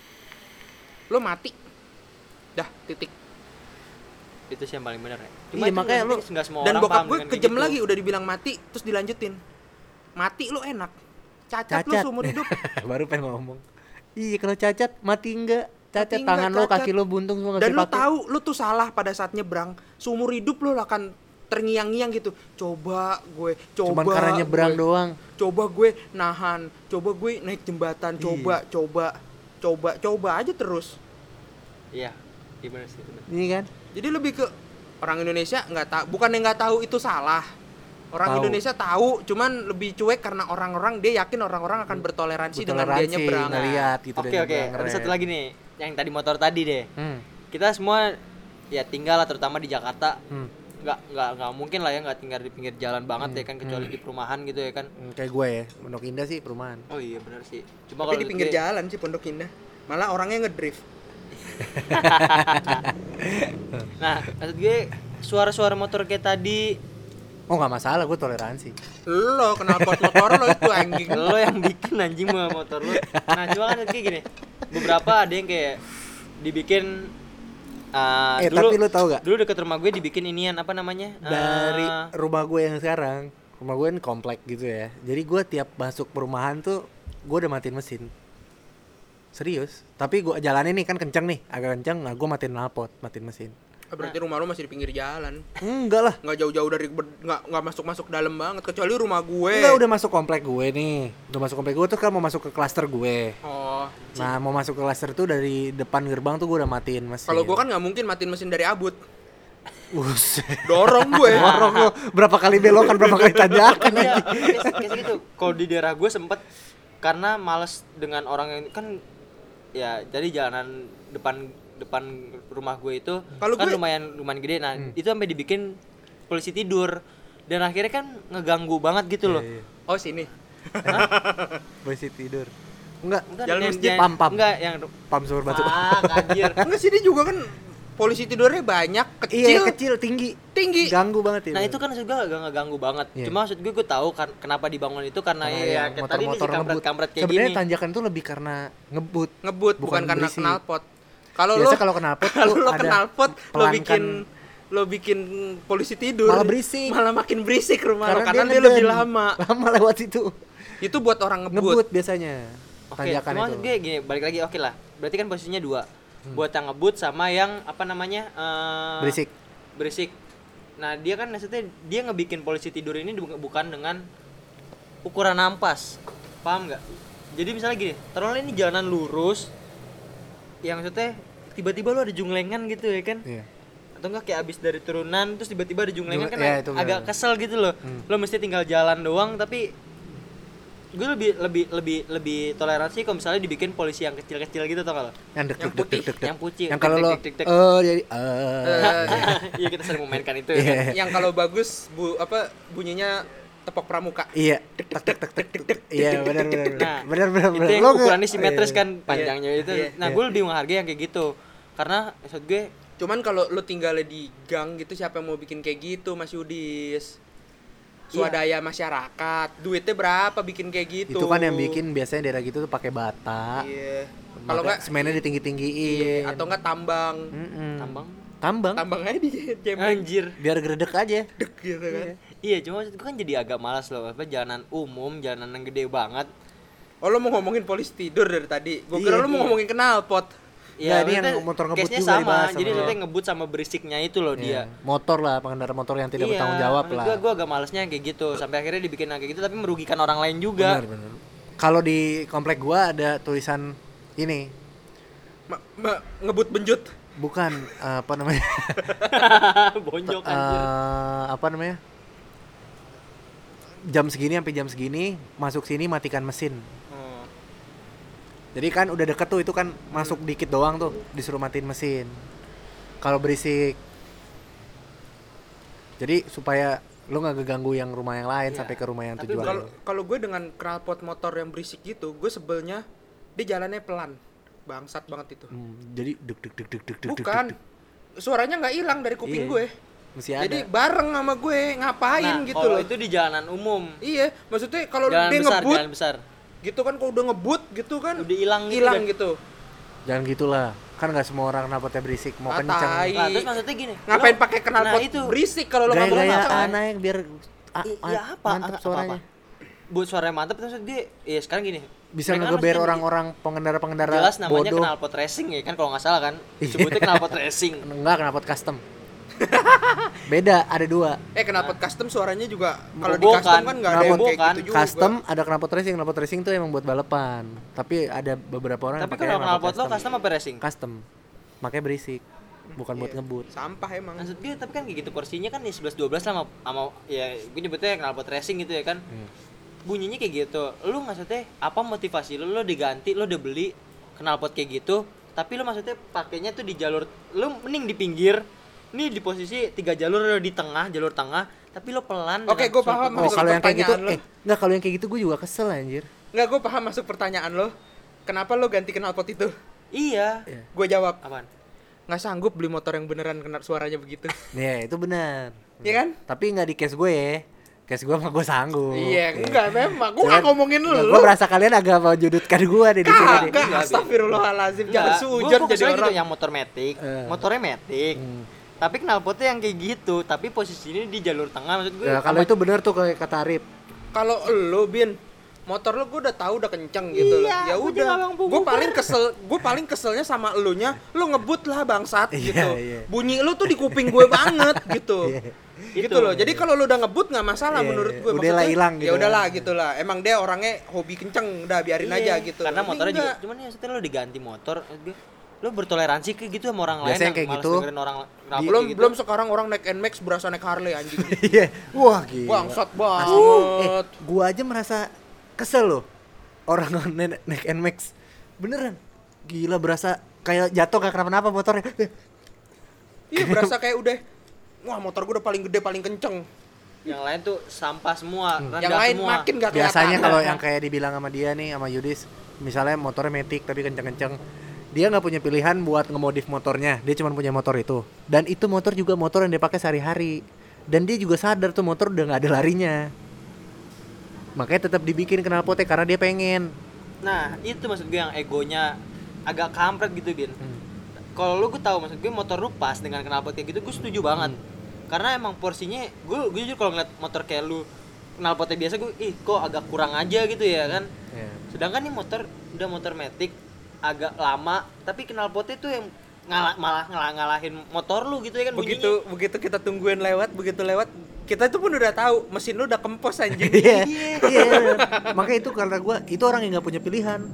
C: Lo mati. Dah, titik.
A: Itu sih yang paling bener ya.
D: Iya,
A: itu
D: makanya lu-
A: nggak semua
C: Dan
A: orang
C: bokap
A: paham
C: gue
A: dengan kayak
C: kejam
A: gitu.
C: lagi udah dibilang mati, terus dilanjutin. Mati lo enak. Cacat lo seumur hidup.
D: Baru pengen ngomong. Iya, kalau cacat mati enggak? Cacat
C: Mati
D: tangan
C: enggak,
D: lo, kaki
C: cacat.
D: lo buntung semua nggak
C: Dan
D: bisa
C: lo
D: pakai.
C: tahu lo tuh salah pada saat nyebrang. Seumur hidup lo akan terngiang-ngiang gitu. Coba
D: Cuman karena nyebrang
C: gue,
D: doang.
C: Coba gue nahan, coba gue naik jembatan, coba aja terus.
A: Iya, iya bener sih. Bener.
D: Ini kan?
C: Jadi lebih ke orang Indonesia nggak tahu, bukan yang nggak tahu itu salah. Orang
D: Tahu.
C: Indonesia tahu, cuman lebih cuek karena orang-orang dia yakin orang-orang akan bertoleransi dengan dia
D: Bertoleransi,
C: nyebrang.
D: ngeliat gitu.
A: Oke
D: dia
A: oke,
D: nyebrang,
A: ada
D: keren.
A: satu lagi nih, yang tadi motor tadi deh. Kita semua ya tinggal lah terutama di Jakarta. Nggak mungkin lah ya nggak tinggal di pinggir jalan banget ya kan, kecuali di perumahan gitu ya kan.
D: Kayak gue ya, Pondok Indah sih perumahan.
A: Oh iya benar sih. Cuma
C: Tapi
A: kalau
C: di pinggir
A: gue-
C: jalan sih Pondok Indah. Malah orangnya ngedrift.
A: Nah, maksud gue suara-suara motor kayak tadi
D: Oh nggak masalah, gue toleransi.
C: Lo kenal pot motor lo itu anjing.
A: lo yang bikin anjing sama motor lo. Nah, cuma kan kayak gini. Beberapa ada yang kayak dibikin
D: Tapi lu tahu gak?
A: Dulu deket rumah gue dibikin inian apa namanya?
D: Dari rumah gue yang sekarang, rumah gue kan komplek gitu ya. Jadi gue tiap masuk perumahan tuh gue udah matiin mesin. Serius. Tapi gue jalanin nih kan kenceng nih, agak kenceng. Nah gue matiin knalpot, matiin mesin.
C: Berarti rumah lo masih di pinggir jalan.
D: Enggak lah.
C: Nggak jauh-jauh dari nggak masuk dalam banget, kecuali rumah gue.
D: Enggak, udah masuk komplek gue nih. Udah masuk komplek gue tuh kan mau masuk ke klaster gue.
C: Oh.
D: Nah mau masuk ke klaster tuh dari depan gerbang tuh gue udah matiin mesin.
C: Kalau gue kan nggak mungkin matiin mesin dari abut.
D: Buset.
C: Dorong gue.
D: Dorong lu, berapa kali belokan, berapa kali tanjakan
A: Iya,
D: aja.
A: kayak gitu. Kalau di daerah gue sempet karena males dengan orang yang kan ya jadi jalanan depan rumah gue itu
C: Kalau
A: kan
C: gue-
A: lumayan gede. Nah, itu sampai dibikin polisi tidur dan akhirnya kan ngeganggu banget gitu loh.
D: Iya, iya.
C: Oh sini.
D: Masih tidur. Enggak,
A: Enggak,
C: Jalan
A: yang-
C: masjid,
A: yang-
D: pam.
A: Enggak yang
D: pam sumur batu.
A: anjir.
C: Enggak sini juga kan polisi tidurnya banyak,
D: Iya,
C: kecil,
D: kecil, tinggi.
C: tinggi.
D: Ganggu banget ya.
A: Nah itu kan juga gak ngeganggu banget.
D: Iya.
A: Cuma maksud gue tahu kan kenapa dibangun itu karena ya kayak tadi nih si kampret-kampret kayak
D: Sebenarnya
A: gini.
D: tanjakan itu lebih karena ngebut.
C: Ngebut bukan karena
D: berisik.
C: knalpot. Kalau
D: Biasa
C: lo
D: kalau knalpot
C: kalau
D: tuh
C: lo
D: ada
C: knalpot
D: pelankan.
C: lo bikin polisi tidur
D: Malah berisik.
C: malah makin berisik rumah lo karena dia
D: ngeden.
C: lebih lama.
D: Lama lewat situ.
C: Itu buat orang ngebut.
D: Ngebut biasanya.
A: Oke,
D: Tanjakan
A: cuma
D: itu.
A: maksud gue gini, balik lagi oke lah. Berarti kan posisinya dua. Buat yang ngebut sama yang apa namanya?
D: Berisik.
A: Berisik. Nah, dia kan maksudnya dia ngebikin polisi tidur ini bukan dengan ukuran ampas. Paham nggak? Jadi misalnya gini, taruhlah ini jalanan lurus yang maksudnya tiba-tiba lu ada junglengan gitu ya kan?
D: Iya.
A: Atau enggak kayak abis dari turunan terus tiba-tiba ada junglengan kan
D: Iya, itu
A: agak
D: bener.
A: kesel gitu loh. Lo mesti tinggal jalan doang tapi gue lebih toleransi kalau misalnya dibikin polisi yang kecil-kecil gitu tau gak lo?
D: Yang dek
C: Yang
D: dek
C: putih,
D: dek dek.
A: yang putih,
D: Yang kalau lo
A: dek, dek, dek, dek.
D: jadi
A: Iya kita sering memainkan itu ya
D: Iya.
A: kan?
C: Yang kalau bagus bunyinya tepok pramuka.
D: Iya. Tek tek tek tek tek tek. Iya, benar benar.
A: Nah,
D: Benar benar
A: itu
D: benar.
A: yang
D: Lo nggak-
A: ukurannya simetris
D: iya.
A: kan panjangnya itu.
C: Iya.
A: Nah gue lebih menghargai yang kayak gitu karena maksud gue
C: Cuman kalau lo tinggalnya di gang gitu siapa yang mau bikin kayak gitu Mas Yudis? Swadaya masyarakat, duitnya berapa bikin kayak gitu?
D: Itu kan yang bikin biasanya daerah gitu tuh pakai bata.
C: Iya. Kalau enggak
D: semennya ditinggi-tinggiin.
C: iya, atau enggak tambang.
A: tambang
D: Tambang.
C: Tambang aja di jembreng
A: anjir.
D: Biar geredek aja.
C: dek gitu kan.
A: Iya cuma maksud gue kan jadi agak malas loh apa jalanan umum, jalanan yang gede banget.
C: Oh lo mau ngomongin polisi tidur dari tadi. Gua
D: Iya,
C: kira lo mau ngomongin knalpot.
D: Nggak, ini yang
A: maksudnya
D: motor ngebut
A: case-nya
D: juga
A: sama.
D: dibahas
A: Jadi
D: sama
A: maksudnya ngebut sama berisiknya itu loh dia.
D: Iya. Motor lah, pengendara motor yang tidak bertanggung jawab lah.
A: Gue agak malesnya yang kayak gitu. Sampai akhirnya dibikin yang kayak gitu tapi merugikan orang lain juga.
D: Benar benar. Kalau di komplek gua ada tulisan ini,
C: Ngebut benjut.
D: bukan apa namanya?
A: Bonjok anjir.
D: Apa namanya? Jam segini sampai jam segini, masuk sini matikan mesin.
C: Oh.
D: Jadi kan udah deket tuh, itu kan masuk dikit doang tuh, disuruh matiin mesin. Kalau berisik. Jadi supaya lu nggak keganggu yang rumah yang lain
A: Iya.
D: sampai ke rumah yang
A: Tapi
D: tujuan.
C: Kalau gue dengan knalpot motor yang berisik gitu, gue sebelnya dia jalannya pelan. Bangsat banget itu.
D: Jadi deg deg deg deg deg deg.
C: Bukan. Suaranya nggak hilang dari kuping
D: Iya.
C: gue.
D: Mesti ada.
C: Jadi bareng sama gue ngapain
A: Nah,
C: gitu
A: kalau
C: loh.
A: itu di jalanan umum.
C: Iya, maksudnya kalau
A: Jalan
C: dia
A: besar,
C: ngebut
A: jalan besar.
C: gitu kan, kalau udah ngebut gitu kan
A: Udah hilang gitu
C: hilang
A: kan.
C: gitu.
D: Jangan gitulah. Kan nggak semua orang knalpotnya berisik, mau
C: Ah,
D: kenceng.
C: tai.
A: Nah, terus maksudnya gini.
C: Ngapain
A: lo-
C: pakai knalpot
A: Nah, itu
C: berisik kalau lo nggak mau
D: Gaya-gaya
C: kenceng?
D: naik biar
A: Ya apa?
D: mantep
A: Apa-apa.
D: suaranya.
A: Buat suaranya mantap terus dia ya sekarang gini.
D: Bisa
A: mereka kan
D: ngegeber
A: maksudnya
D: orang-orang pengendara-pengendara
A: jelas namanya
D: bodoh.
A: knalpot racing ya kan kalau nggak salah kan.
D: Iya.
A: Disebutnya knalpot racing.
D: Enggak, knalpot custom. Beda, ada dua.
C: Knalpot custom suaranya juga kalau di
A: Mengebohkan.
C: custom kan nggak ada yang
A: Mengebohkan.
C: kayak gitu juga.
D: Custom ada knalpot racing. Knalpot racing tuh emang buat balapan. Tapi ada beberapa orang
A: Tapi
D: yang pakai
A: kalau knalpot lo custom apa racing?
D: Custom. Makanya berisik. Bukan buat
C: Iya.
D: ngebut.
C: Sampah emang.
A: Maksud gue tapi kan kayak gitu porsinya kan ya 11-12 sama ya gue nyebutnya knalpot racing gitu ya kan. Bunyinya kayak gitu. Lu maksudnya apa motivasi lu diganti, lu udah beli knalpot kayak gitu, tapi lu maksudnya pakainya tuh di jalur lu mending di pinggir. Nih di posisi 3 jalur lu di tengah, jalur tengah, tapi lu pelan.
C: Oke,
A: dengan
C: gue
A: suatu-
C: paham.
D: Oh,
C: Masuk
D: kalau yang kayak gitu
C: pertanyaan lo.
D: enggak, kalau yang kayak gitu gue juga kesel anjir.
C: Nggak, gue paham masuk pertanyaan lo. Kenapa lo ganti knalpot itu?
A: Iya.
C: Gue jawab,
A: Apaan?
C: nggak sanggup beli motor yang beneran kena suaranya begitu.
D: Iya, itu benar.
C: Iya kan?
D: Tapi enggak di case gue ya. Case gue mah gue sanggup.
C: Iya, enggak memang. Gue
D: Cuman-
C: nggak ngomongin
D: Gue
C: lo.
D: merasa kalian agak mau judutkan gue deh di sini deh.
C: Kagak, astagfirullahalazim. Jangan
A: Enggak,
C: sujud
A: gua
C: jadi
A: keselnya
C: orang.
A: gitu yang motor matic, motornya matic. Tapi knalpotnya yang kayak gitu, tapi posisinya di jalur tengah maksud gue.
D: Ya, kalau itu benar tuh kayak kata Arif.
C: Kalau lo Bin, motor lo gue udah tahu udah kenceng gitu loh.
A: Iya,
C: Ya
A: gua
C: udah.
A: juga bang
C: Gue paling keselnya sama elunya, lo ngebut lah bangsat
D: Iya,
C: gitu.
D: iya.
C: Bunyi lo tuh di kuping gue banget gitu.
A: Gitu.
C: Gitu loh. Jadi kalau lo udah ngebut nggak masalah
D: Iya,
C: menurut gue.
D: udahlah,
C: Maksudnya,
D: hilang gitu.
C: Ya udahlah gitulah. Emang dia orangnya hobi kenceng, udah biarin
A: Iya,
C: aja gitu.
A: Karena
C: Ini
A: motornya juga,
C: enggak.
A: cuman ya setelah lo diganti motor, maksud gue, lo bertoleransi ke gitu sama orang
D: Biasanya
A: lain yang
D: kayak
A: malas
D: gitu.
A: dengerin orang knalpot
C: belum
A: kayak gitu.
C: belum sekarang orang naik NMAX berasa naik Harley anjing.
D: Iya. Wah, gila.
C: Bangsat
D: Asli.
C: banget.
D: Gua aja merasa kesel loh. Orang naik NMAX. Beneran. Gila, berasa kayak jatuh gak kenapa-napa motornya.
C: Iya berasa kayak udah, wah motor gue udah paling gede paling kenceng.
A: Yang lain tuh sampah semua, rendah
C: Yang lain
A: semua.
C: makin gak kelihatan.
D: Biasanya kalau yang kayak dibilang sama dia nih, sama Yudis, misalnya motornya matic tapi kenceng-kenceng, dia nggak punya pilihan buat ngemodif motornya, dia cuma punya motor itu, dan itu motor juga motor yang dia pakai sehari-hari, dan dia juga sadar tuh motor udah nggak ada larinya, makanya tetap dibikin knalpotnya karena dia pengen.
A: Nah itu maksud gue yang egonya agak kampret gitu Bin. Kalau lu gue tahu maksud gue motor lu pas dengan knalpot kayak gitu, gue setuju banget. Karena emang porsinya gue jujur kalau ngeliat motor kayak lu knalpotnya biasa, gue kok agak kurang aja gitu ya kan. Sedangkan nih motor udah motor matic agak lama, tapi knalpotnya tuh yang malah ngalahin motor lu gitu ya kan.
C: Begitu kita tungguin lewat, begitu lewat kita tuh pun udah tahu mesin lu udah kempos anjing.
D: Iya. Makanya itu karena gue itu orang yang nggak punya pilihan.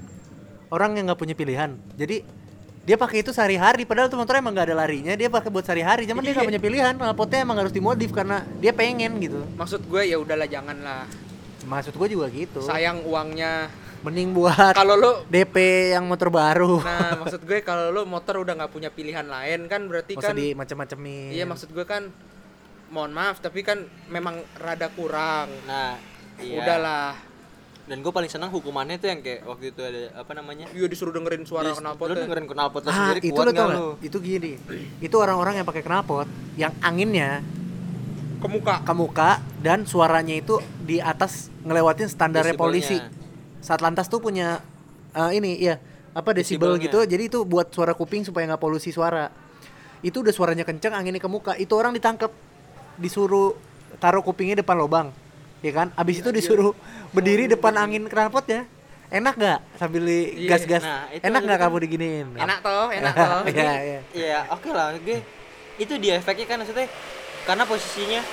D: Jadi dia pakai itu sehari-hari, padahal tuh motornya emang nggak ada larinya, dia pakai buat sehari-hari, cuman dia nggak punya pilihan, knalpotnya emang harus dimodif karena dia pengen gitu.
C: Maksud gue ya udahlah janganlah.
D: Maksud gue juga gitu.
C: Sayang uangnya.
D: Mending buat
C: Kalau lu
D: DP yang motor baru.
C: Nah, maksud gue kalau lu motor udah nggak punya pilihan lain kan berarti
D: Masa
C: kan
D: di macem-macemin.
C: Iya, maksud gue kan mohon maaf tapi kan memang rada kurang.
A: Nah, iya.
C: Udahlah.
A: Dan gue paling senang hukumannya tuh yang kayak waktu itu ada apa namanya?
C: Iya, disuruh dengerin suara knalpot.
A: Lu dengerin knalpot lu
D: Ah,
A: sendiri,
D: itu
A: kuat
D: lo
A: enggak
D: tau
A: lu?
D: gak? Itu gini. Itu orang-orang yang pakai knalpot yang anginnya
C: Ke
D: muka dan suaranya itu di atas ngelewatin standarnya
A: Desibelnya.
D: polisi. Satlantas tuh punya desibel
A: Desibelnya.
D: gitu. Jadi itu buat suara kuping supaya nggak polusi suara. Itu udah suaranya kenceng, anginnya ke muka. Itu orang ditangkap, disuruh taruh kupingnya depan lubang, ya kan? Abis itu disuruh berdiri depan angin knalpotnya. Enak nggak sambil gas-gas?
A: Nah, itu
D: Enak nggak
A: kan-
D: kamu diginiin?
C: Enak toh.
D: Iya.
A: Iya, oke lah maksud gue. Itu dia efeknya kan maksudnya karena posisinya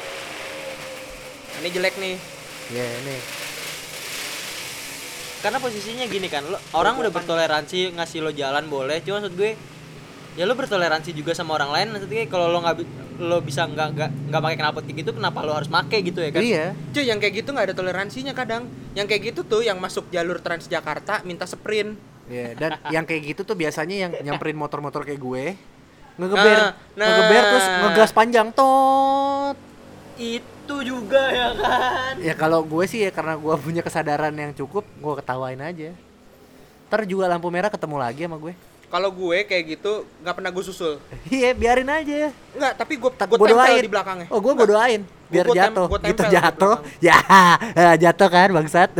C: Ini jelek nih.
D: Iya, ini.
A: karena posisinya gini kan, orang udah bertoleransi ngasih lo jalan boleh, cuma maksud gue ya lo bertoleransi juga sama orang lain. Maksud gue kalau lo bisa nggak pakai knalpot kayak gitu, kenapa lo harus pakai gitu ya kan?
D: Iya.
C: Cuy, yang kayak gitu nggak ada toleransinya kadang. Yang kayak gitu tuh yang masuk jalur Transjakarta minta sprint.
D: Iya, dan yang kayak gitu tuh biasanya yang nyamperin motor-motor kayak gue
C: Nah.
D: ngegeber terus ngegas panjang tot.
A: Itu juga ya kan.
D: Ya kalau gue sih ya karena gue punya kesadaran yang cukup, gue ketawain aja. Ntar juga lampu merah ketemu lagi sama gue.
C: Kalau gue kayak gitu nggak pernah gue susul.
D: Iya, biarin aja.
C: Nggak, tapi gue
D: Gua
C: tempel
D: doain
C: di belakangnya.
D: Oh, gue doain biar
C: Gua
D: jatuh.
C: gua
D: Gitu
C: tempel di
D: jatuh.
C: belakang.
D: Ya, jatuh kan bangsat.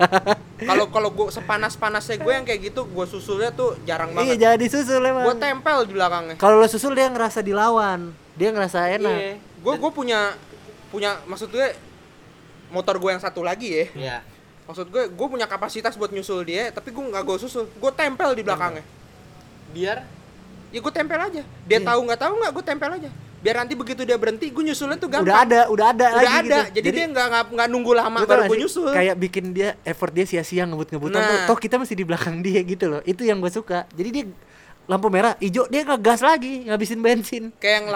C: Kalau gue sepanas-panasnya gue yang kayak gitu, gue susulnya tuh jarang
D: Iya,
C: banget.
D: jangan disusul emang.
C: Gue tempel di belakangnya.
D: Kalau lo susul dia ngerasa dilawan. Dia ngerasa enak.
A: Iya.
C: Gue punya maksud gue motor gue yang satu lagi ya.
A: Iya.
C: Maksud gue punya kapasitas buat nyusul dia, tapi gue nggak gue susul. Gue tempel di belakangnya.
A: Biar
C: Ya gue tempel aja. Dia tahu nggak gue tempel aja. Biar nanti begitu dia berhenti, gue nyusulnya tuh gampang.
D: Udah ada
C: Udah
D: lagi
C: ada.
D: gitu.
C: Jadi dia nggak nunggu lama
D: lu tau
C: baru
D: gak
C: gue
D: sih,
C: nyusul.
D: kayak bikin dia effort dia sia-sia ngebut-ngebutan
C: Nah.
D: tuh. Toh kita masih di belakang dia gitu loh. Itu yang gue suka. Jadi dia lampu merah, hijau dia ngegas lagi, ngabisin bensin.
C: Kayak yang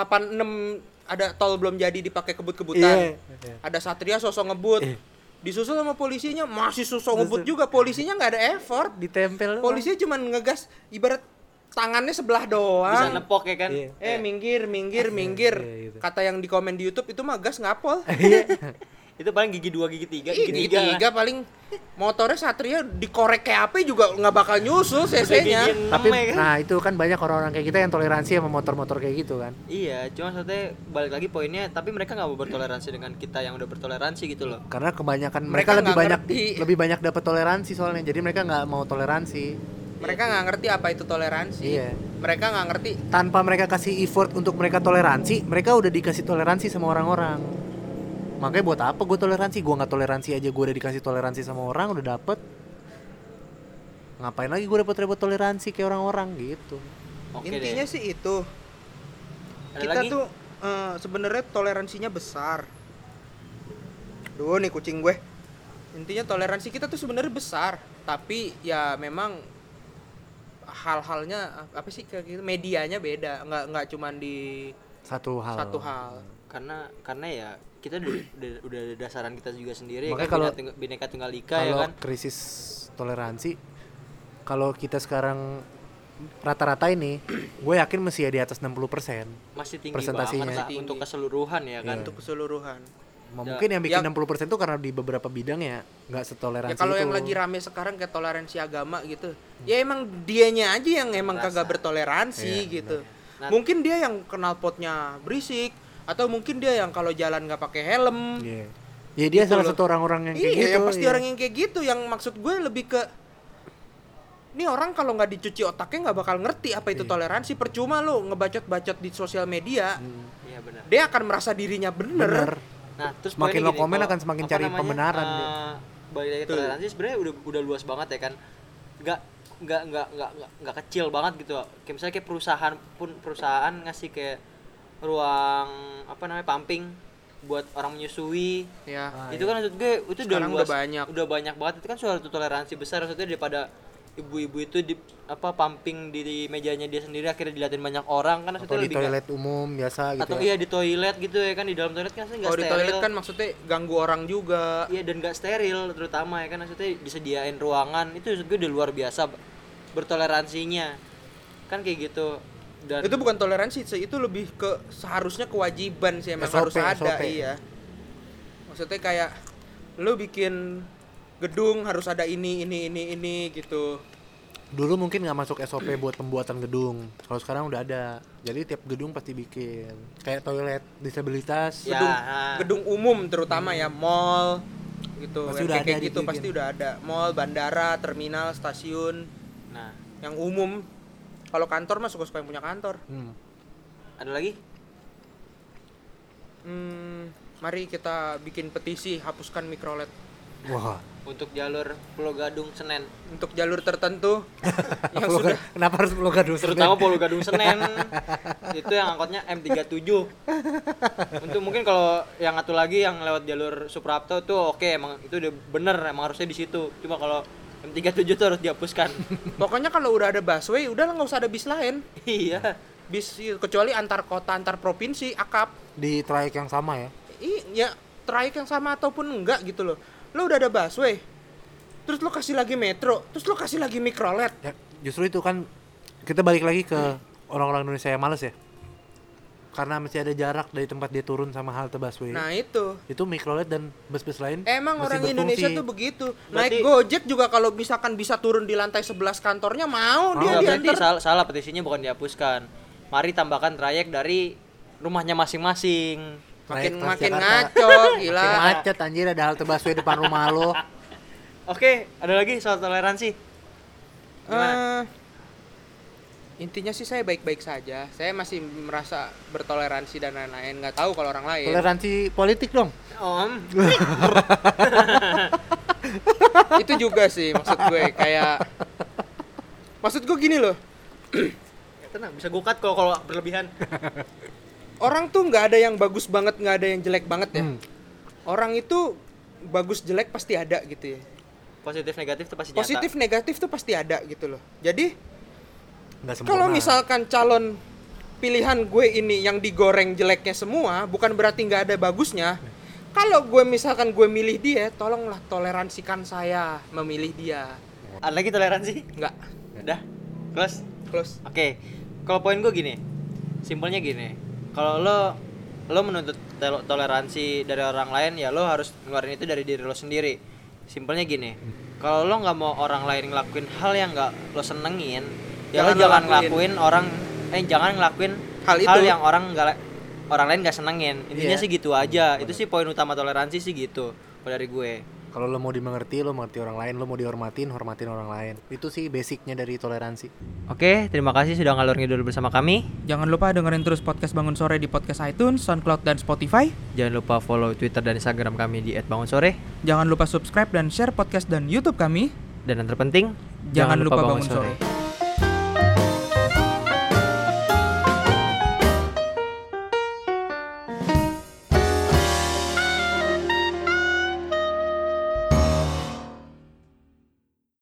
C: 86 ada tol belum jadi dipakai kebut-kebutan.
D: Iya.
C: Ada Satria sosok ngebut.
D: Iya.
C: Disusul sama polisinya masih sosok ngebut juga. Polisinya nggak ada effort.
D: Ditempel.
C: Polisinya cuma ngegas ibarat tangannya sebelah
A: bisa
C: doang.
A: nepok ya kan.
D: Iya.
C: Minggir.
D: Iya, gitu.
C: Kata yang di komen di YouTube itu mah gas ngapol.
A: Itu paling gigi 2, gigi 3,
C: Ih,
A: gigi 3.
C: tiga paling motornya Satria dikorek kayak apa juga nggak bakal nyusul cc-nya.
D: Tapi nah itu kan banyak orang-orang kayak kita yang toleransi sama motor-motor kayak gitu kan.
A: Iya, cuma maksudnya balik lagi poinnya, tapi mereka nggak mau bertoleransi dengan kita yang udah bertoleransi gitu loh.
D: Karena kebanyakan
C: Mereka
D: mereka lebih
C: nggak
D: banyak
C: ngerti.
D: lebih banyak dapat toleransi soalnya. Jadi mereka nggak mau toleransi.
C: Mereka nggak ngerti apa itu toleransi.
D: Iya.
C: Mereka nggak ngerti.
D: Tanpa mereka kasih effort untuk mereka toleransi, mereka udah dikasih toleransi sama orang-orang. Makanya buat apa gue toleransi? Gue nggak toleransi aja gue udah dikasih toleransi sama orang, udah dapet. Ngapain lagi gue repot-repot toleransi kayak orang-orang gitu.
A: Oke
C: Intinya
A: deh.
C: sih itu.
A: Ada
C: Kita
A: lagi?
C: tuh sebenarnya toleransinya besar. Duh nih kucing gue. Intinya toleransi kita tuh sebenarnya besar, tapi ya memang hal-halnya apa sih kayak gitu, medianya beda, nggak cuman di
D: Satu hal.
A: Karena ya kita udah ada dasaran kita juga sendiri.
D: Makanya
A: kan,
D: kalau-
A: Bhinneka Tunggal Ika ya
D: Kalau
A: kan.
D: krisis toleransi, kalau kita sekarang rata-rata ini, gue yakin masih ya di atas 60%.
A: Masih tinggi
D: Presentasinya.
A: banget lah
C: Masih tinggi.
A: untuk keseluruhan ya kan.
D: Iya.
C: untuk keseluruhan.
D: Mungkin yang bikin
C: Ya.
D: 60% tuh karena di beberapa bidang ya nggak setoleransi
C: Ya kalau
D: itu.
C: yang lagi rame sekarang kayak toleransi agama gitu. Ya emang dianya aja yang emang kagak bertoleransi
D: Iya,
C: gitu.
A: Nah.
C: Mungkin dia yang knalpotnya berisik atau mungkin dia yang kalau jalan nggak pakai helm.
D: Iya. Ya dia
C: Gitu
D: salah
C: loh.
D: satu orang-orang yang kayak
C: Iya,
D: gitu.
C: yang pasti
D: iya.
C: orang yang kayak gitu. Yang maksud gue lebih ke ini orang kalau nggak dicuci otaknya nggak bakal ngerti apa itu toleransi. Percuma lo ngebacot-bacot di sosial media.
A: Iya benar.
C: Dia akan merasa dirinya
D: Bener.
C: bener.
A: Nah, terus
D: Semakin
A: poinnya
D: lo komen
A: kalau-
D: akan semakin
A: apa
D: cari
A: namanya,
D: pembenaran dia.
A: balik lagi
C: Betul.
A: toleransi sebenarnya udah luas banget ya kan. Nggak kecil banget gitu. Kayak misalnya kayak perusahaan ngasih kayak ruang apa namanya pumping buat orang menyusui.
C: Ya.
A: Itu kan maksud gue itu
C: Sekarang
A: udah luas,
C: udah banyak.
A: udah banyak banget. Itu kan suatu toleransi besar maksudnya daripada ibu-ibu itu di apa pumping di mejanya dia sendiri akhirnya diliatin banyak orang kan
D: Atau
A: maksudnya
D: di
A: lebih nggak-
D: toilet umum biasa gitu
A: atau
D: ya.
A: iya di toilet gitu ya kan, di dalam toilet kan maksudnya nggak
C: Kalau di
A: steril.
C: toilet kan maksudnya ganggu orang juga.
A: Iya, dan nggak steril terutama ya kan, maksudnya disediain ruangan itu maksud gue udah luar biasa bertoleransinya kan kayak gitu. Dan
C: Itu bukan toleransi sih, itu lebih ke seharusnya kewajiban sih emang
D: SOP,
C: harus ada.
D: SOP.
C: Iya. Maksudnya kayak lu bikin gedung harus ada ini gitu.
D: Dulu mungkin nggak masuk SOP buat pembuatan gedung. Kalau sekarang udah ada. Jadi tiap gedung pasti bikin. Kayak toilet disabilitas.
A: Ya.
C: Gedung umum terutama ya, mall gitu.
D: Pasti
C: Yang
D: udah
C: kayak
D: ada
C: gitu
D: dibikin.
C: pasti udah ada. Mall, bandara, terminal, stasiun
A: nah,
C: yang umum. Kalau kantor mah suka yang punya kantor.
A: ada lagi?
C: Mari kita bikin petisi hapuskan mikrolet
D: Wah.
A: Untuk jalur Pulau Gadung Senen,
C: untuk jalur tertentu yang
D: Pulau
C: sudah
D: Gadung- Kenapa harus Pulau Gadung?
A: terutama Pulau Gadung Senen. Itu yang angkotnya M37. Untuk mungkin kalau yang satu lagi yang lewat jalur Suprapto tuh oke, emang itu udah bener, emang harusnya di situ. Cuma kalau M37 tuh harus dihapuskan.
C: pokoknya kalau udah ada busway udah nggak usah ada bis lain.
A: Iya.
C: Bis kecuali antar kota antar provinsi akap.
D: Di trayek yang sama ya.
C: Iya, trayek yang sama ataupun enggak gitu loh. Lo udah ada busway, terus lo kasih lagi metro, terus lo kasih lagi mikrolet.
D: Ya, justru itu kan kita balik lagi ke orang-orang Indonesia yang males ya. Karena masih ada jarak dari tempat dia turun sama halte busway.
C: Nah itu
D: Itu mikrolet dan bus-bus lain
C: emang
D: masih
C: orang Indonesia
D: berfungsi.
C: tuh begitu.
A: Berarti-
C: Naik Gojek juga kalau misalkan bisa turun di lantai 11 kantornya mau dia
A: Enggak, berarti
C: diantar.
A: salah petisinya bukan dihapuskan. Mari tambahkan trayek dari rumahnya masing-masing.
C: Makin
D: Trayek
C: makin
D: Transjakarta.
C: ngaco gila.
D: Makin macet anjir, ada halte busway depan rumah lo.
A: Oke, ada lagi soal toleransi. Gimana?
C: Intinya sih saya baik-baik saja. Saya masih merasa bertoleransi dan lain-lain. Nggak tahu kalau orang lain.
D: Toleransi politik dong.
A: Om.
C: Itu juga sih maksud gue kayak. Maksud gue gini loh.
A: Tenang, bisa gue cut kalau berlebihan.
C: Orang tuh nggak ada yang bagus banget, nggak ada yang jelek banget ya.
D: Hmm.
C: Orang itu bagus jelek pasti ada gitu ya.
A: Positif negatif itu pasti nyata.
C: Positif negatif tuh pasti ada gitu loh. Jadi
D: Nggak sempurna.
C: kalau misalkan calon pilihan gue ini yang digoreng jeleknya semua, bukan berarti nggak ada bagusnya. Kalau gue misalkan gue milih dia, tolonglah toleransikan saya memilih dia.
A: Ada lagi toleransi?
C: Nggak,
A: Udah. Close.
C: close.
A: Oke. Kalau poin gue gini. Simpelnya gini. Kalau lo menuntut toleransi dari orang lain, ya lo harus ngeluarin itu dari diri lo sendiri. Simpelnya gini. Kalau lo nggak mau orang lain ngelakuin hal yang nggak lo senengin, ya lo
C: Jangan lo
A: jangan
C: lakuin.
A: jangan ngelakuin
C: Hal
A: hal
C: itu.
A: yang orang lain nggak senengin. Intinya
D: Iya.
A: sih gitu aja. Itu sih poin utama toleransi sih gitu. Kalau dari gue.
D: Kalau lo mau dimengerti, lo mengerti orang lain, lo mau dihormatin, hormatin orang lain. Itu sih basicnya dari toleransi.
A: Oke, terima kasih sudah ngalur ngidul bersama kami.
B: Jangan lupa dengerin terus podcast Bangun Sore di podcast iTunes, SoundCloud, dan Spotify.
A: Jangan lupa follow Twitter dan Instagram kami di @bangungsore.
B: Jangan lupa subscribe dan share podcast dan YouTube kami.
A: Dan yang terpenting,
B: Jangan lupa bangun sore.